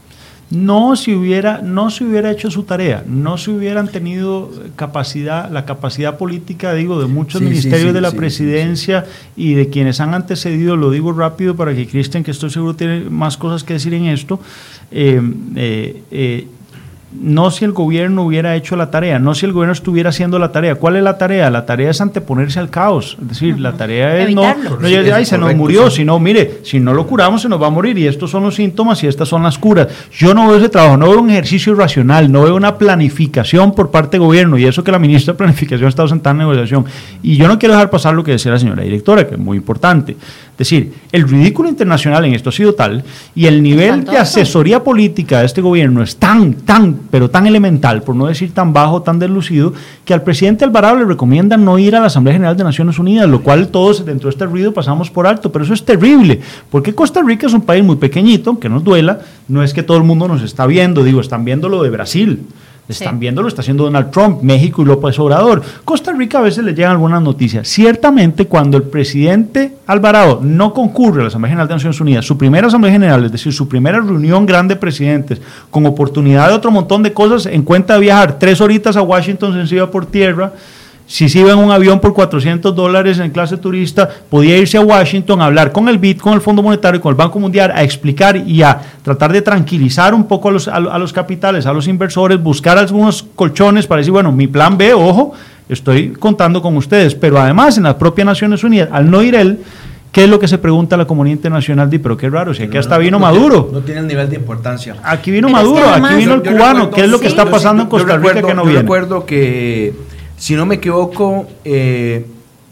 No si hubiera, no se hubiera hecho su tarea, no se hubieran tenido capacidad, la capacidad política, digo, de muchos sí, ministerios sí, sí, de la sí, presidencia sí, sí. y de quienes han antecedido, lo digo rápido para que Cristian, que estoy seguro tiene más cosas que decir en esto, eh, eh, eh, no si el gobierno hubiera hecho la tarea, no si el gobierno estuviera haciendo la tarea. ¿Cuál es la tarea? La tarea es anteponerse al caos, es decir, uh-huh. la tarea es Evitarlo. no, no ya, ay, se nos murió, sí. sino mire, si no lo curamos se nos va a morir y estos son los síntomas y estas son las curas. Yo no veo ese trabajo, no veo un ejercicio racional, no veo una planificación por parte del gobierno y eso que la ministra de Planificación ha estado sentada en negociación. Y yo no quiero dejar pasar lo que decía la señora directora, que es muy importante. Es decir, el ridículo internacional en esto ha sido tal y el nivel de asesoría política de este gobierno es tan, tan, pero tan elemental, por no decir tan bajo, tan deslucido, que al presidente Alvarado le recomiendan no ir a la Asamblea General de Naciones Unidas, lo cual todos dentro de este ruido pasamos por alto, pero eso es terrible, porque Costa Rica es un país muy pequeñito, aunque nos duela, no es que todo el mundo nos está viendo, digo, están viendo lo de Brasil. Están sí. viendo, lo está haciendo Donald Trump, México y López Obrador. Costa Rica a veces le llegan algunas noticias. Ciertamente, cuando el presidente Alvarado no concurre a la Asamblea General de Naciones Unidas, su primera Asamblea General, es decir, su primera reunión grande de presidentes, con oportunidad de otro montón de cosas, en cuenta de viajar tres horitas a Washington sencilla por tierra. Si se iba en un avión por cuatrocientos dólares en clase turista, podía irse a Washington a hablar con el B I D, con el Fondo Monetario y con el Banco Mundial, a explicar y a tratar de tranquilizar un poco a los, a, a los capitales, a los inversores, buscar algunos colchones para decir, bueno, mi plan B, ojo, estoy contando con ustedes. Pero además, en las propias Naciones Unidas, al no ir él, ¿qué es lo que se pregunta la comunidad internacional? Di, pero qué raro, si aquí hasta vino no, Maduro. No tiene el nivel de importancia. Aquí vino pero Maduro, es que además, aquí vino el cubano. Recuerdo, ¿qué es lo sí, que está pasando sí, en Costa recuerdo, Rica que no yo viene? Yo recuerdo que... Si no me equivoco, eh,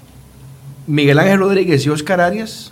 Miguel Ángel Rodríguez y Oscar Arias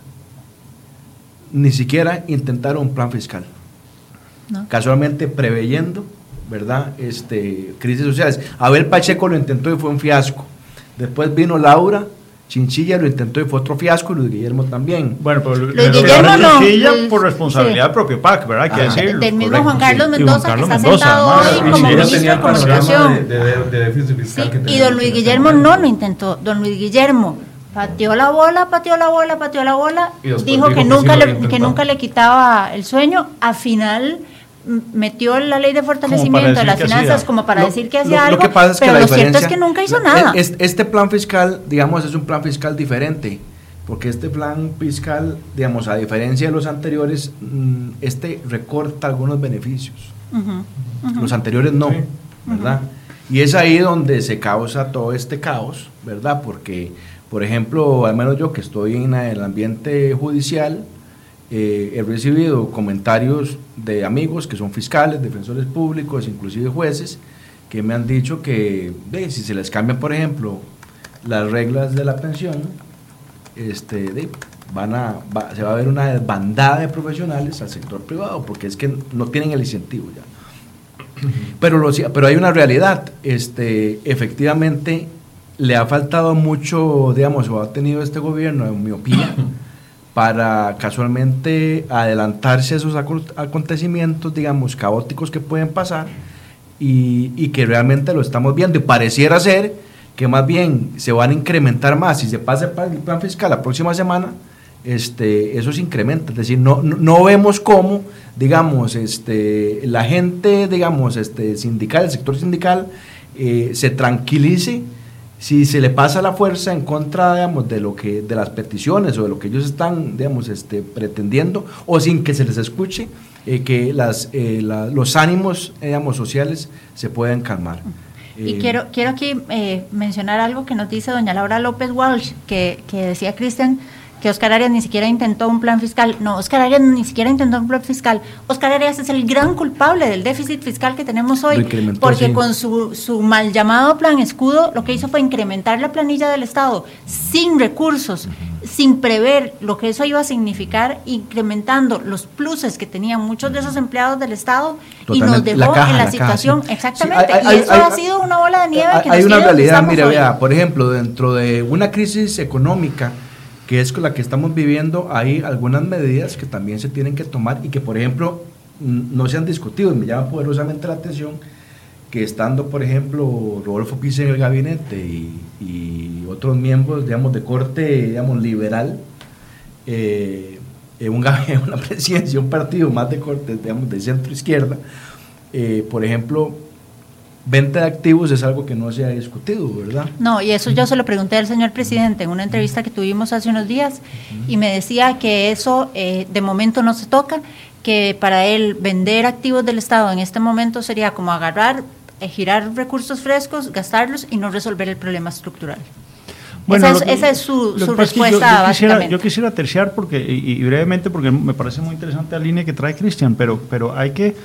ni siquiera intentaron un plan fiscal. No. Casualmente preveyendo, ¿verdad? Este, crisis sociales. Abel Pacheco lo intentó y fue un fiasco. Después vino Laura Chinchilla, lo intentó y fue otro fiasco, y Luis Guillermo también. Bueno, pero Luis Guillermo no, Chinchilla Luis, por responsabilidad sí. propio P A C, ¿verdad? Hay que ah, decirlo. Del mismo correcto, Juan Carlos sí. Mendoza, Juan Carlos que está Mendoza, sentado además, hoy sí, como sí, ministro tenía de Comunicación. De, de, de déficit fiscal sí, que y don Luis Guillermo no lo intentó. Don Luis Guillermo pateó la bola, pateó la bola, pateó la bola, dijo, dijo que, que, nunca sí le, que nunca le quitaba el sueño. Al final metió la ley de fortalecimiento de las finanzas hacía. como para lo, decir que hacía lo, algo, lo que pasa es pero que lo cierto es que nunca hizo nada. Este plan fiscal, digamos, es un plan fiscal diferente, porque este plan fiscal, digamos, a diferencia de los anteriores, este recorta algunos beneficios. Uh-huh, uh-huh. Los anteriores no, sí. ¿verdad? Uh-huh. Y es ahí donde se causa todo este caos, ¿verdad? Porque, por ejemplo, al menos yo que estoy en el ambiente judicial, Eh, he recibido comentarios de amigos que son fiscales, defensores públicos, inclusive jueces, que me han dicho que de, si se les cambian, por ejemplo, las reglas de la pensión, este, de, van a, va, se va a ver una desbandada de profesionales al sector privado, porque es que no tienen el incentivo ya. Pero, lo, pero hay una realidad, este, efectivamente le ha faltado mucho, digamos, o ha tenido este gobierno de miopía para casualmente adelantarse a esos acontecimientos, digamos, caóticos que pueden pasar y, y que realmente lo estamos viendo y pareciera ser que más bien se van a incrementar más. Si se pasa el plan fiscal la próxima semana, este, eso se incrementa, es decir, no, no, no vemos cómo, digamos, este, la gente, digamos, este, sindical, el sector sindical, eh, se tranquilice si se le pasa la fuerza en contra, digamos, de lo que, de las peticiones o de lo que ellos están, digamos, este, pretendiendo, o sin que se les escuche, eh, que las, eh, la, los ánimos, digamos, sociales se puedan calmar. Y eh, quiero, quiero aquí eh, mencionar algo que nos dice doña Laura López Walsh, que, que decía Cristian, que Óscar Arias ni siquiera intentó un plan fiscal. No, Óscar Arias ni siquiera intentó un plan fiscal. Óscar Arias es el gran culpable del déficit fiscal que tenemos hoy, porque sí, con su, su mal llamado plan escudo, lo que hizo fue incrementar la planilla del Estado sin recursos, sin prever lo que eso iba a significar, incrementando los pluses que tenían muchos de esos empleados del Estado. Totalmente. Y nos dejó caja, en la, la situación, caja, sí. exactamente, sí, hay, y eso hay, ha hay, sido una bola de nieve hay, que nos hay una realidad, mire, vea, por ejemplo, dentro de una crisis económica que es con la que estamos viviendo, hay algunas medidas que también se tienen que tomar y que, por ejemplo, no se han discutido, y me llama poderosamente la atención que estando, por ejemplo, Rodolfo Pizzi en el gabinete y, y otros miembros, digamos, de corte, digamos, liberal, eh, en, un, en una presidencia, un partido más de corte, digamos, de centro-izquierda, eh, por ejemplo, venta de activos es algo que no se ha discutido, ¿verdad? No, y eso yo se lo pregunté al señor presidente en una entrevista que tuvimos hace unos días, uh-huh. y me decía que eso eh, de momento no se toca, que para él vender activos del Estado en este momento sería como agarrar, eh, girar recursos frescos, gastarlos y no resolver el problema estructural. Bueno, esa, es, que, esa es su, su respuesta, yo, yo básicamente. Quisiera, yo quisiera terciar porque, y, y brevemente, porque me parece muy interesante la línea que trae Cristian, pero, pero hay que...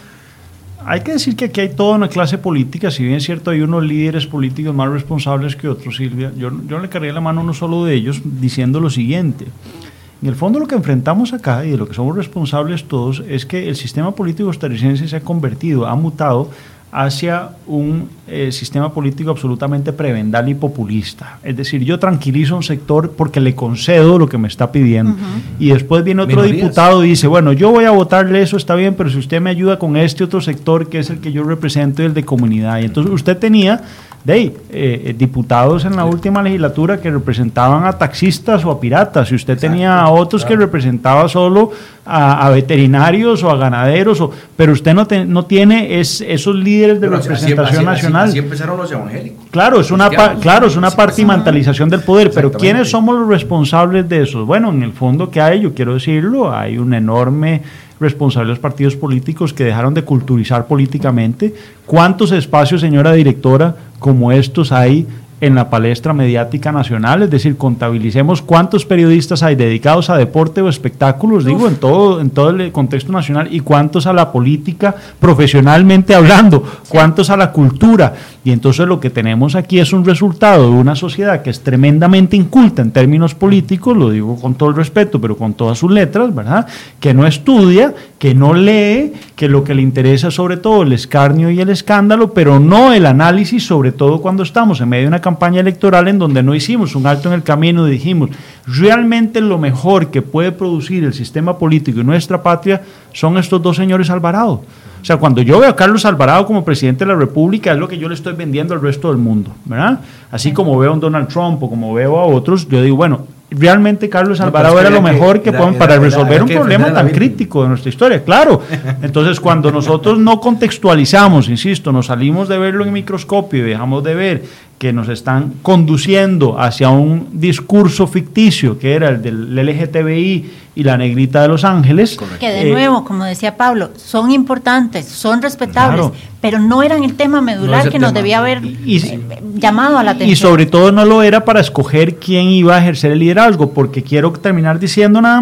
Hay que decir que aquí hay toda una clase política, si bien es cierto hay unos líderes políticos más responsables que otros, Silvia, yo, yo le cargué la mano a uno solo de ellos diciendo lo siguiente: en el fondo lo que enfrentamos acá y de lo que somos responsables todos es que el sistema político costarricense se ha convertido, ha mutado hacia un eh, sistema político absolutamente prebendal y populista. Es decir, yo tranquilizo a un sector porque le concedo lo que me está pidiendo, uh-huh. y después viene otro Minorías. diputado y dice, bueno, yo voy a votarle eso, está bien, pero si usted me ayuda con este otro sector que es el que yo represento y el de comunidad. Y entonces usted tenía de ahí, eh, diputados en la última legislatura que representaban a taxistas o a piratas, y usted Exacto, tenía a otros claro. que representaba solo a, a veterinarios o a ganaderos, o, pero usted no, te, no tiene es, esos líderes de pero representación así, así, nacional. Así, así empezaron los evangélicos. Claro, es una, pa, claro, es una partimantalización del poder, pero ¿quiénes somos los responsables de eso? Bueno, en el fondo que hay, yo quiero decirlo, hay un enorme responsable de los partidos políticos que dejaron de culturizar políticamente. ¿Cuántos espacios, señora directora, como estos hay en la palestra mediática nacional? Es decir, contabilicemos cuántos periodistas hay dedicados a deporte o espectáculos, digo, en todo, en todo el contexto nacional, y cuántos a la política profesionalmente hablando, cuántos a la cultura. Y entonces lo que tenemos aquí es un resultado de una sociedad que es tremendamente inculta en términos políticos, lo digo con todo el respeto, pero con todas sus letras, ¿verdad? Que no estudia, que no lee, que lo que le interesa es sobre todo el escarnio y el escándalo, pero no el análisis, sobre todo cuando estamos en medio de una campaña electoral en donde no hicimos un alto en el camino y dijimos, realmente lo mejor que puede producir el sistema político y nuestra patria son estos dos señores Alvarado. O sea, cuando yo veo a Carlos Alvarado como presidente de la República, es lo que yo le estoy vendiendo al resto del mundo, ¿verdad? Así como veo a un Donald Trump o como veo a otros, yo digo, bueno, realmente Carlos Alvarado no, era lo mejor que, que pueden para era, resolver era, era un problema tan crítico de nuestra historia, claro. Entonces, cuando nosotros no contextualizamos, insisto, nos salimos de verlo en microscopio y dejamos de ver que nos están conduciendo hacia un discurso ficticio que era el del L G T B I y la negrita de Los Ángeles. Correcto. Que de eh, nuevo, como decía Pablo, son importantes, son respetables, claro. pero no eran el tema medular no que tema. nos debía haber y, y, eh, llamado a la atención. Y sobre todo no lo era para escoger quién iba a ejercer el liderazgo, porque quiero terminar diciendo nada más,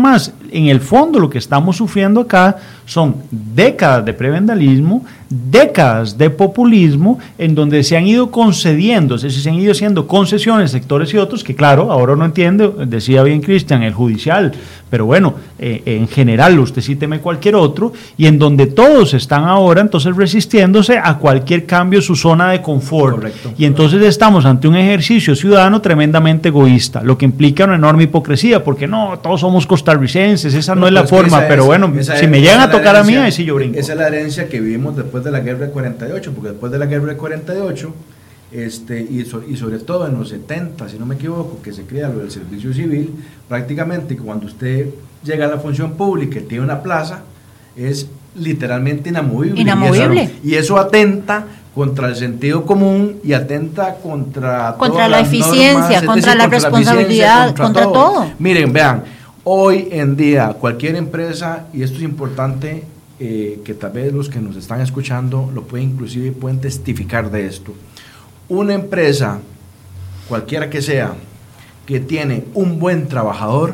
en el fondo lo que estamos sufriendo acá son décadas de prebendalismo, décadas de populismo, en donde se han ido concediendo, es decir, se han ido haciendo concesiones, sectores y otros, que claro, ahora no entiende, decía bien Cristian, el judicial, pero bueno, eh, en general, usted cíteme cualquier otro, y en donde todos están ahora entonces resistiéndose a cualquier cambio, su zona de confort. Correcto. Y entonces estamos ante un ejercicio ciudadano tremendamente egoísta, lo que implica una enorme hipocresía, porque no, todos somos costarricenses, esa no, no es la forma, pero es, bueno, si me llegan a tocar herencia, a mí, ahí sí yo brinco. Esa es la herencia que vivimos después de la guerra de cuarenta y ocho, porque después de la guerra de cuarenta y ocho, este, y, so, y sobre todo en los setenta, si no me equivoco, que se crea lo del servicio civil, prácticamente cuando usted llega a la función pública y tiene una plaza, es literalmente inamovible. Inamovible. Y eso, y eso atenta contra el sentido común y atenta contra contra la eficiencia, normas, contra, decir, la contra la responsabilidad, contra, contra todo. todo. Miren, vean, hoy en día cualquier empresa, y esto es importante, eh, que tal vez los que nos están escuchando lo pueden, inclusive pueden testificar de esto. Una empresa, cualquiera que sea, que tiene un buen trabajador,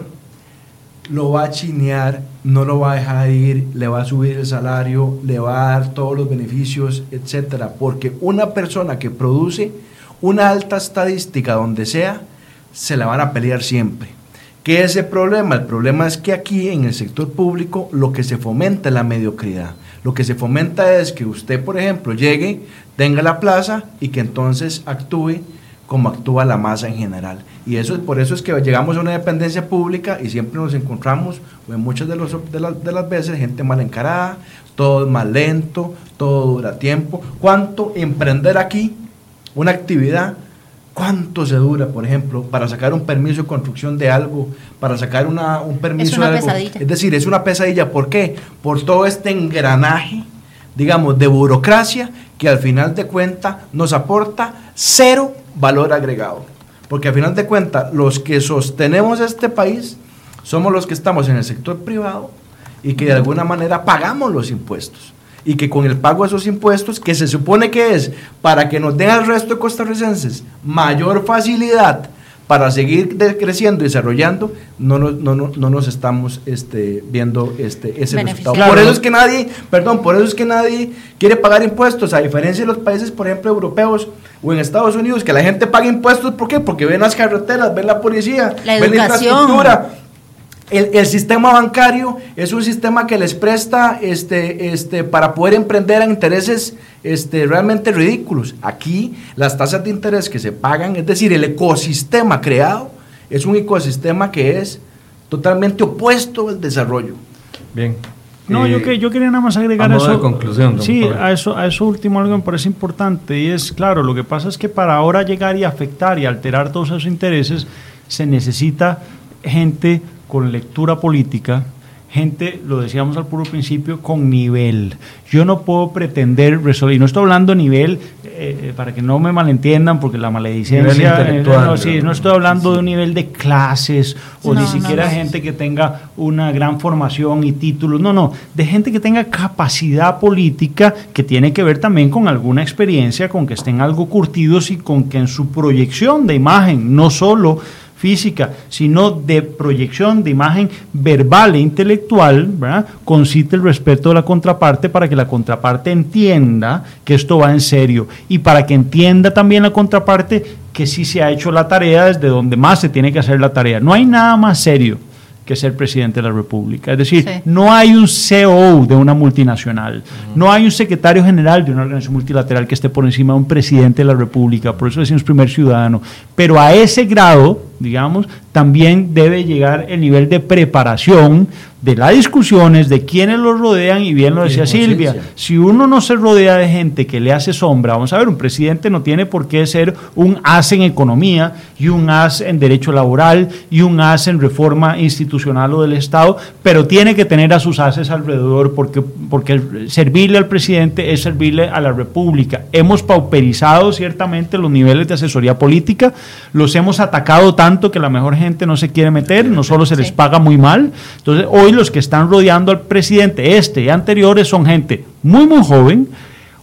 lo va a chinear, no lo va a dejar ir, le va a subir el salario, le va a dar todos los beneficios, etcétera, porque una persona que produce una alta estadística donde sea, se la van a pelear siempre. ¿Qué es el problema? El problema es que aquí en el sector público lo que se fomenta es la mediocridad. Lo que se fomenta es que usted, por ejemplo, llegue, tenga la plaza y que entonces actúe como actúa la masa en general. Y eso, por eso es que llegamos a una dependencia pública y siempre nos encontramos, en muchas de, los, de, la, de las veces, gente mal encarada, todo es más lento, todo dura tiempo. ¿Cuánto emprender aquí una actividad? ¿Cuánto se dura, por ejemplo, para sacar un permiso de construcción de algo, para sacar una, un permiso es una de algo? Pesadilla. Es decir, es una pesadilla. ¿Por qué? Por todo este engranaje, digamos, de burocracia que al final de cuentas nos aporta cero valor agregado. Porque al final de cuentas, los que sostenemos este país somos los que estamos en el sector privado y que de alguna manera pagamos los impuestos. Y que con el pago de esos impuestos, que se supone que es para que nos den al resto de costarricenses mayor facilidad para seguir de, creciendo y desarrollando, no, no, no, no nos estamos este, viendo este, ese resultado. Por eso es que nadie, perdón, por eso es que nadie quiere pagar impuestos, a diferencia de los países, por ejemplo, europeos o en Estados Unidos, que la gente paga impuestos. ¿Por qué? Porque ven las carreteras, ven la policía, la ven la infraestructura. El, el sistema bancario es un sistema que les presta este, este, para poder emprender a intereses este, realmente ridículos. Aquí las tasas de interés que se pagan, es decir, el ecosistema creado, es un ecosistema que es totalmente opuesto al desarrollo. Bien. No, eh, yo, que, yo quería nada más agregar a eso. De conclusión, sí, a eso, a eso último algo me parece importante, y es, claro, lo que pasa es que para ahora llegar y afectar y alterar todos esos intereses, se necesita gente con lectura política, gente, lo decíamos al puro principio, con nivel. Yo no puedo pretender resolver, y no estoy hablando de nivel, eh, para que no me malentiendan, porque la maledicencia, eh, no, sí, no estoy hablando sí. de un nivel de clases, o no, ni siquiera no, no. gente que tenga una gran formación y títulos, no, no, de gente que tenga capacidad política, que tiene que ver también con alguna experiencia, con que estén algo curtidos y con que en su proyección de imagen, no solo física, sino de proyección de imagen verbal e intelectual, ¿verdad?, concite el respeto de la contraparte para que la contraparte entienda que esto va en serio y para que entienda también la contraparte que sí se ha hecho la tarea desde donde más se tiene que hacer la tarea. No hay nada más serio que ser presidente de la República. Es decir, sí. no hay un C E O de una multinacional, uh-huh. no hay un secretario general de una organización multilateral que esté por encima de un presidente de la República, por eso decimos primer ciudadano. Pero a ese grado, digamos, también debe llegar el nivel de preparación de las discusiones, de quienes los rodean, y bien lo decía Silvia, si uno no se rodea de gente que le hace sombra, vamos a ver, un presidente no tiene por qué ser un as en economía, y un as en derecho laboral, y un as en reforma institucional o del Estado, pero tiene que tener a sus ases alrededor, porque, porque servirle al presidente es servirle a la República. Hemos pauperizado ciertamente los niveles de asesoría política, los hemos atacado tanto que la mejor gente no se quiere meter, no solo se les paga muy mal. Entonces hoy los que están rodeando al presidente este y anteriores son gente muy muy joven,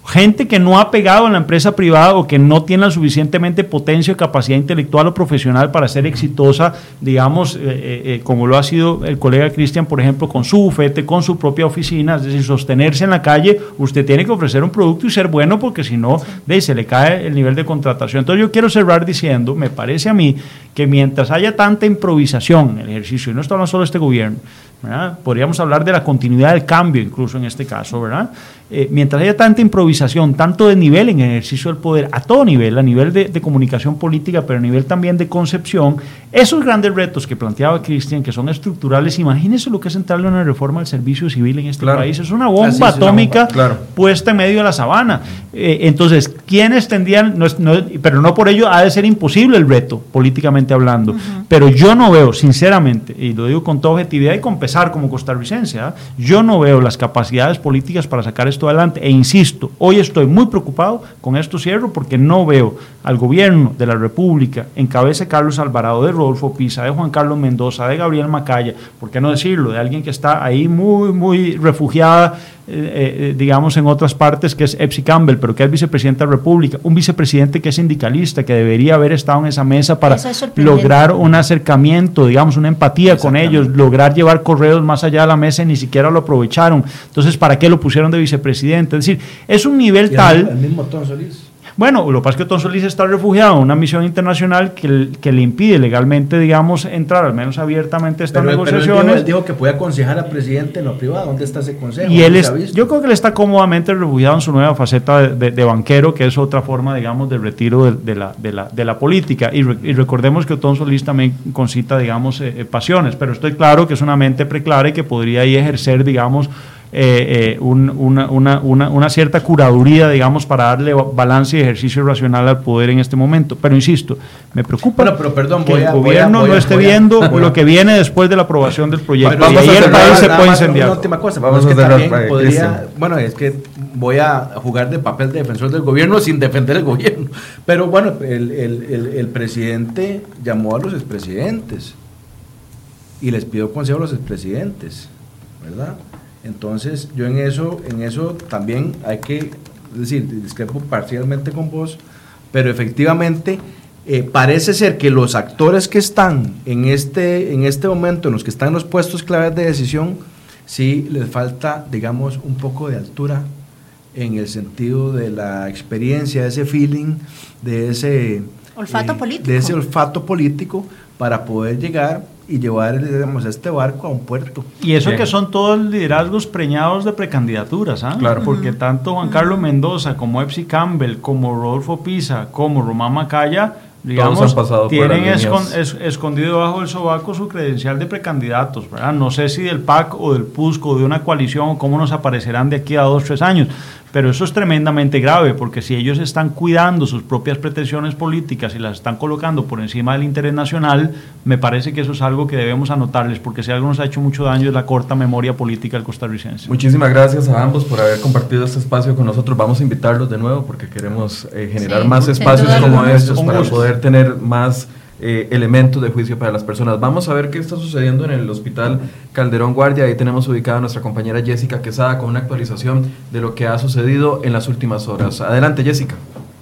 gente que no ha pegado en la empresa privada o que no tiene la suficientemente potencia o capacidad intelectual o profesional para ser exitosa, digamos, eh, eh, como lo ha sido el colega Cristian, por ejemplo, con su bufete, con su propia oficina, es decir, sostenerse en la calle. Usted tiene que ofrecer un producto y ser bueno, porque si no, de, se le cae el nivel de contratación. Entonces yo quiero cerrar diciendo, me parece a mí que mientras haya tanta improvisación en el ejercicio, y no estoy hablando solo de este gobierno, ¿verdad? Podríamos hablar de la continuidad del cambio incluso en este caso, ¿verdad? Eh, mientras haya tanta improvisación, tanto de nivel en el ejercicio del poder, a todo nivel, a nivel de, de comunicación política, pero a nivel también de concepción, esos grandes retos que planteaba Cristian, que son estructurales, imagínense lo que es entrarle a una reforma al servicio civil en este claro. país, es una bomba Así es atómica una bomba, claro. puesta en medio de la sabana. Eh, entonces, ¿quiénes tendrían? No es, no, pero no por ello ha de ser imposible el reto, políticamente hablando, uh-huh. pero yo no veo, sinceramente, y lo digo con toda objetividad y con pesar como costarricense, ¿eh? yo no veo las capacidades políticas para sacar esto adelante, e insisto, hoy estoy muy preocupado, con esto cierro, porque no veo al gobierno de la República, en cabeza de Carlos Alvarado, de Rodolfo Pisa, de Juan Carlos Mendoza, de Gabriel Macaya, ¿por qué no decirlo?, de alguien que está ahí muy, muy refugiada, eh, eh, digamos, en otras partes, que es Epsi Campbell, pero que es vicepresidenta de la República, un vicepresidente que es sindicalista, que debería haber estado en esa mesa para lograr un acercamiento, digamos, una empatía con ellos, lograr llevar correos más allá de la mesa, y ni siquiera lo aprovecharon. Entonces, ¿para qué lo pusieron de vicepresidente? Es decir, es un nivel tal... El mismo Tom Solís. Bueno, lo que pasa es que Tom Solís está refugiado en una misión internacional que, que le impide legalmente, digamos, entrar, al menos abiertamente, a estas pero, negociaciones. Pero él dijo, él dijo que puede aconsejar al presidente en lo privado. ¿Dónde está ese consejo? Y él es, yo creo que él está cómodamente refugiado en su nueva faceta de, de, de banquero, que es otra forma, digamos, de retiro de, de, la, de, la, de la política. Y, re, y recordemos que Tom Solís también concita, digamos, eh, pasiones, pero estoy claro que es una mente preclara y que podría ahí ejercer, digamos, Eh, eh, un, una, una, una, una cierta curaduría, digamos, para darle balance y ejercicio racional al poder en este momento. Pero insisto, me preocupa bueno, pero, perdón, que voy el a, gobierno voy a, no esté voy a, viendo voy a, lo que viene después de la aprobación del proyecto. Bueno, y ahí el país se puede incendiar. Una última cosa, vamos es que a también para, podría, bueno, es que voy a jugar de papel de defensor del gobierno sin defender el gobierno. Pero bueno, el, el, el, el presidente llamó a los expresidentes y les pidió consejo a los expresidentes, ¿verdad? Entonces, yo en eso, en eso también hay que, es decir, discrepo parcialmente con vos, pero efectivamente eh, parece ser que los actores que están en este, en este momento, en los que están en los puestos claves de decisión, sí les falta, digamos, un poco de altura en el sentido de la experiencia, de ese feeling, de ese olfato eh, político. de ese olfato político para poder llegar y llevar, digamos, este barco a un puerto. Y eso Bien. que son todos liderazgos preñados de precandidaturas, ¿ah? Claro. Porque uh-huh. tanto Juan Carlos Mendoza como Epsi Campbell, como Rodolfo Pisa, como Román Macaya, digamos, tienen escon, es, escondido bajo el sobaco su credencial de precandidatos, ¿verdad? No sé si del P A C o del P U S C o de una coalición o cómo nos aparecerán de aquí a dos, tres años. Pero eso es tremendamente grave, porque si ellos están cuidando sus propias pretensiones políticas y las están colocando por encima del interés nacional, me parece que eso es algo que debemos anotarles, porque si algo nos ha hecho mucho daño es la corta memoria política del costarricense. Muchísimas gracias a ambos por haber compartido este espacio con nosotros. Vamos a invitarlos de nuevo porque queremos eh, generar sí, más espacios como estos para gusto. poder tener más Eh, elementos de juicio para las personas. Vamos a ver qué está sucediendo en el Hospital Calderón Guardia. Ahí tenemos ubicada a nuestra compañera Jessica Quesada con una actualización de lo que ha sucedido en las últimas horas. Adelante, Jessica.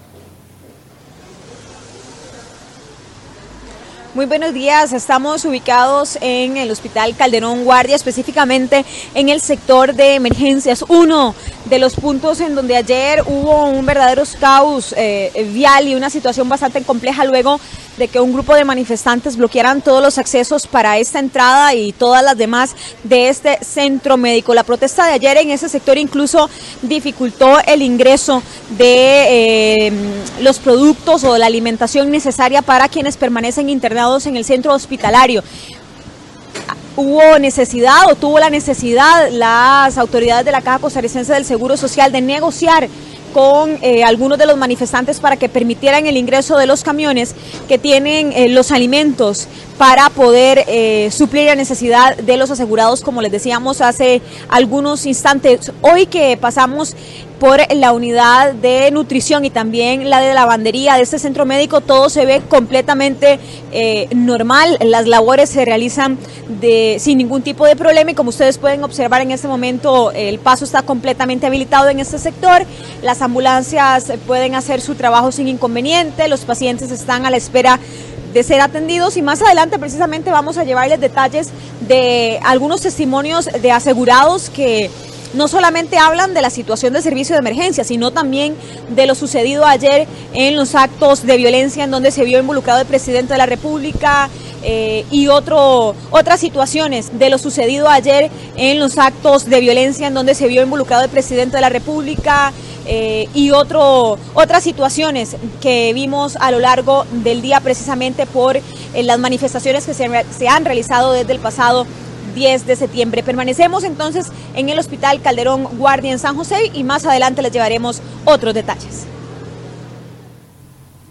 Muy buenos días, estamos ubicados en el Hospital Calderón Guardia, específicamente en el sector de emergencias, uno de los puntos en donde ayer hubo un verdadero caos eh, vial y una situación bastante compleja luego de que un grupo de manifestantes bloquearan todos los accesos para esta entrada y todas las demás de este centro médico. La protesta de ayer en ese sector incluso dificultó el ingreso de eh, los productos o de la alimentación necesaria para quienes permanecen internados en el centro hospitalario. Hubo necesidad o tuvo la necesidad las autoridades de la Caja Costarricense del Seguro Social de negociar con eh, algunos de los manifestantes para que permitieran el ingreso de los camiones que tienen eh, los alimentos para poder eh, suplir la necesidad de los asegurados, como les decíamos hace algunos instantes. Hoy que pasamos por la unidad de nutrición y también la de lavandería de este centro médico, todo se ve completamente eh, normal. Las labores se realizan de, sin ningún tipo de problema y como ustedes pueden observar en este momento el paso está completamente habilitado en este sector. Las ambulancias pueden hacer su trabajo sin inconveniente, los pacientes están a la espera de ser atendidos y más adelante precisamente vamos a llevarles detalles de algunos testimonios de asegurados que no solamente hablan de la situación de servicio de emergencia, sino también de lo sucedido ayer en los actos de violencia en donde se vio involucrado el presidente de la República eh, y otro, otras situaciones de lo sucedido ayer en los actos de violencia en donde se vio involucrado el presidente de la República eh, y otro, otras situaciones que vimos a lo largo del día precisamente por eh, las manifestaciones que se, se han realizado desde el pasado diez de septiembre. Permanecemos entonces en el Hospital Calderón Guardia en San José y más adelante les llevaremos otros detalles.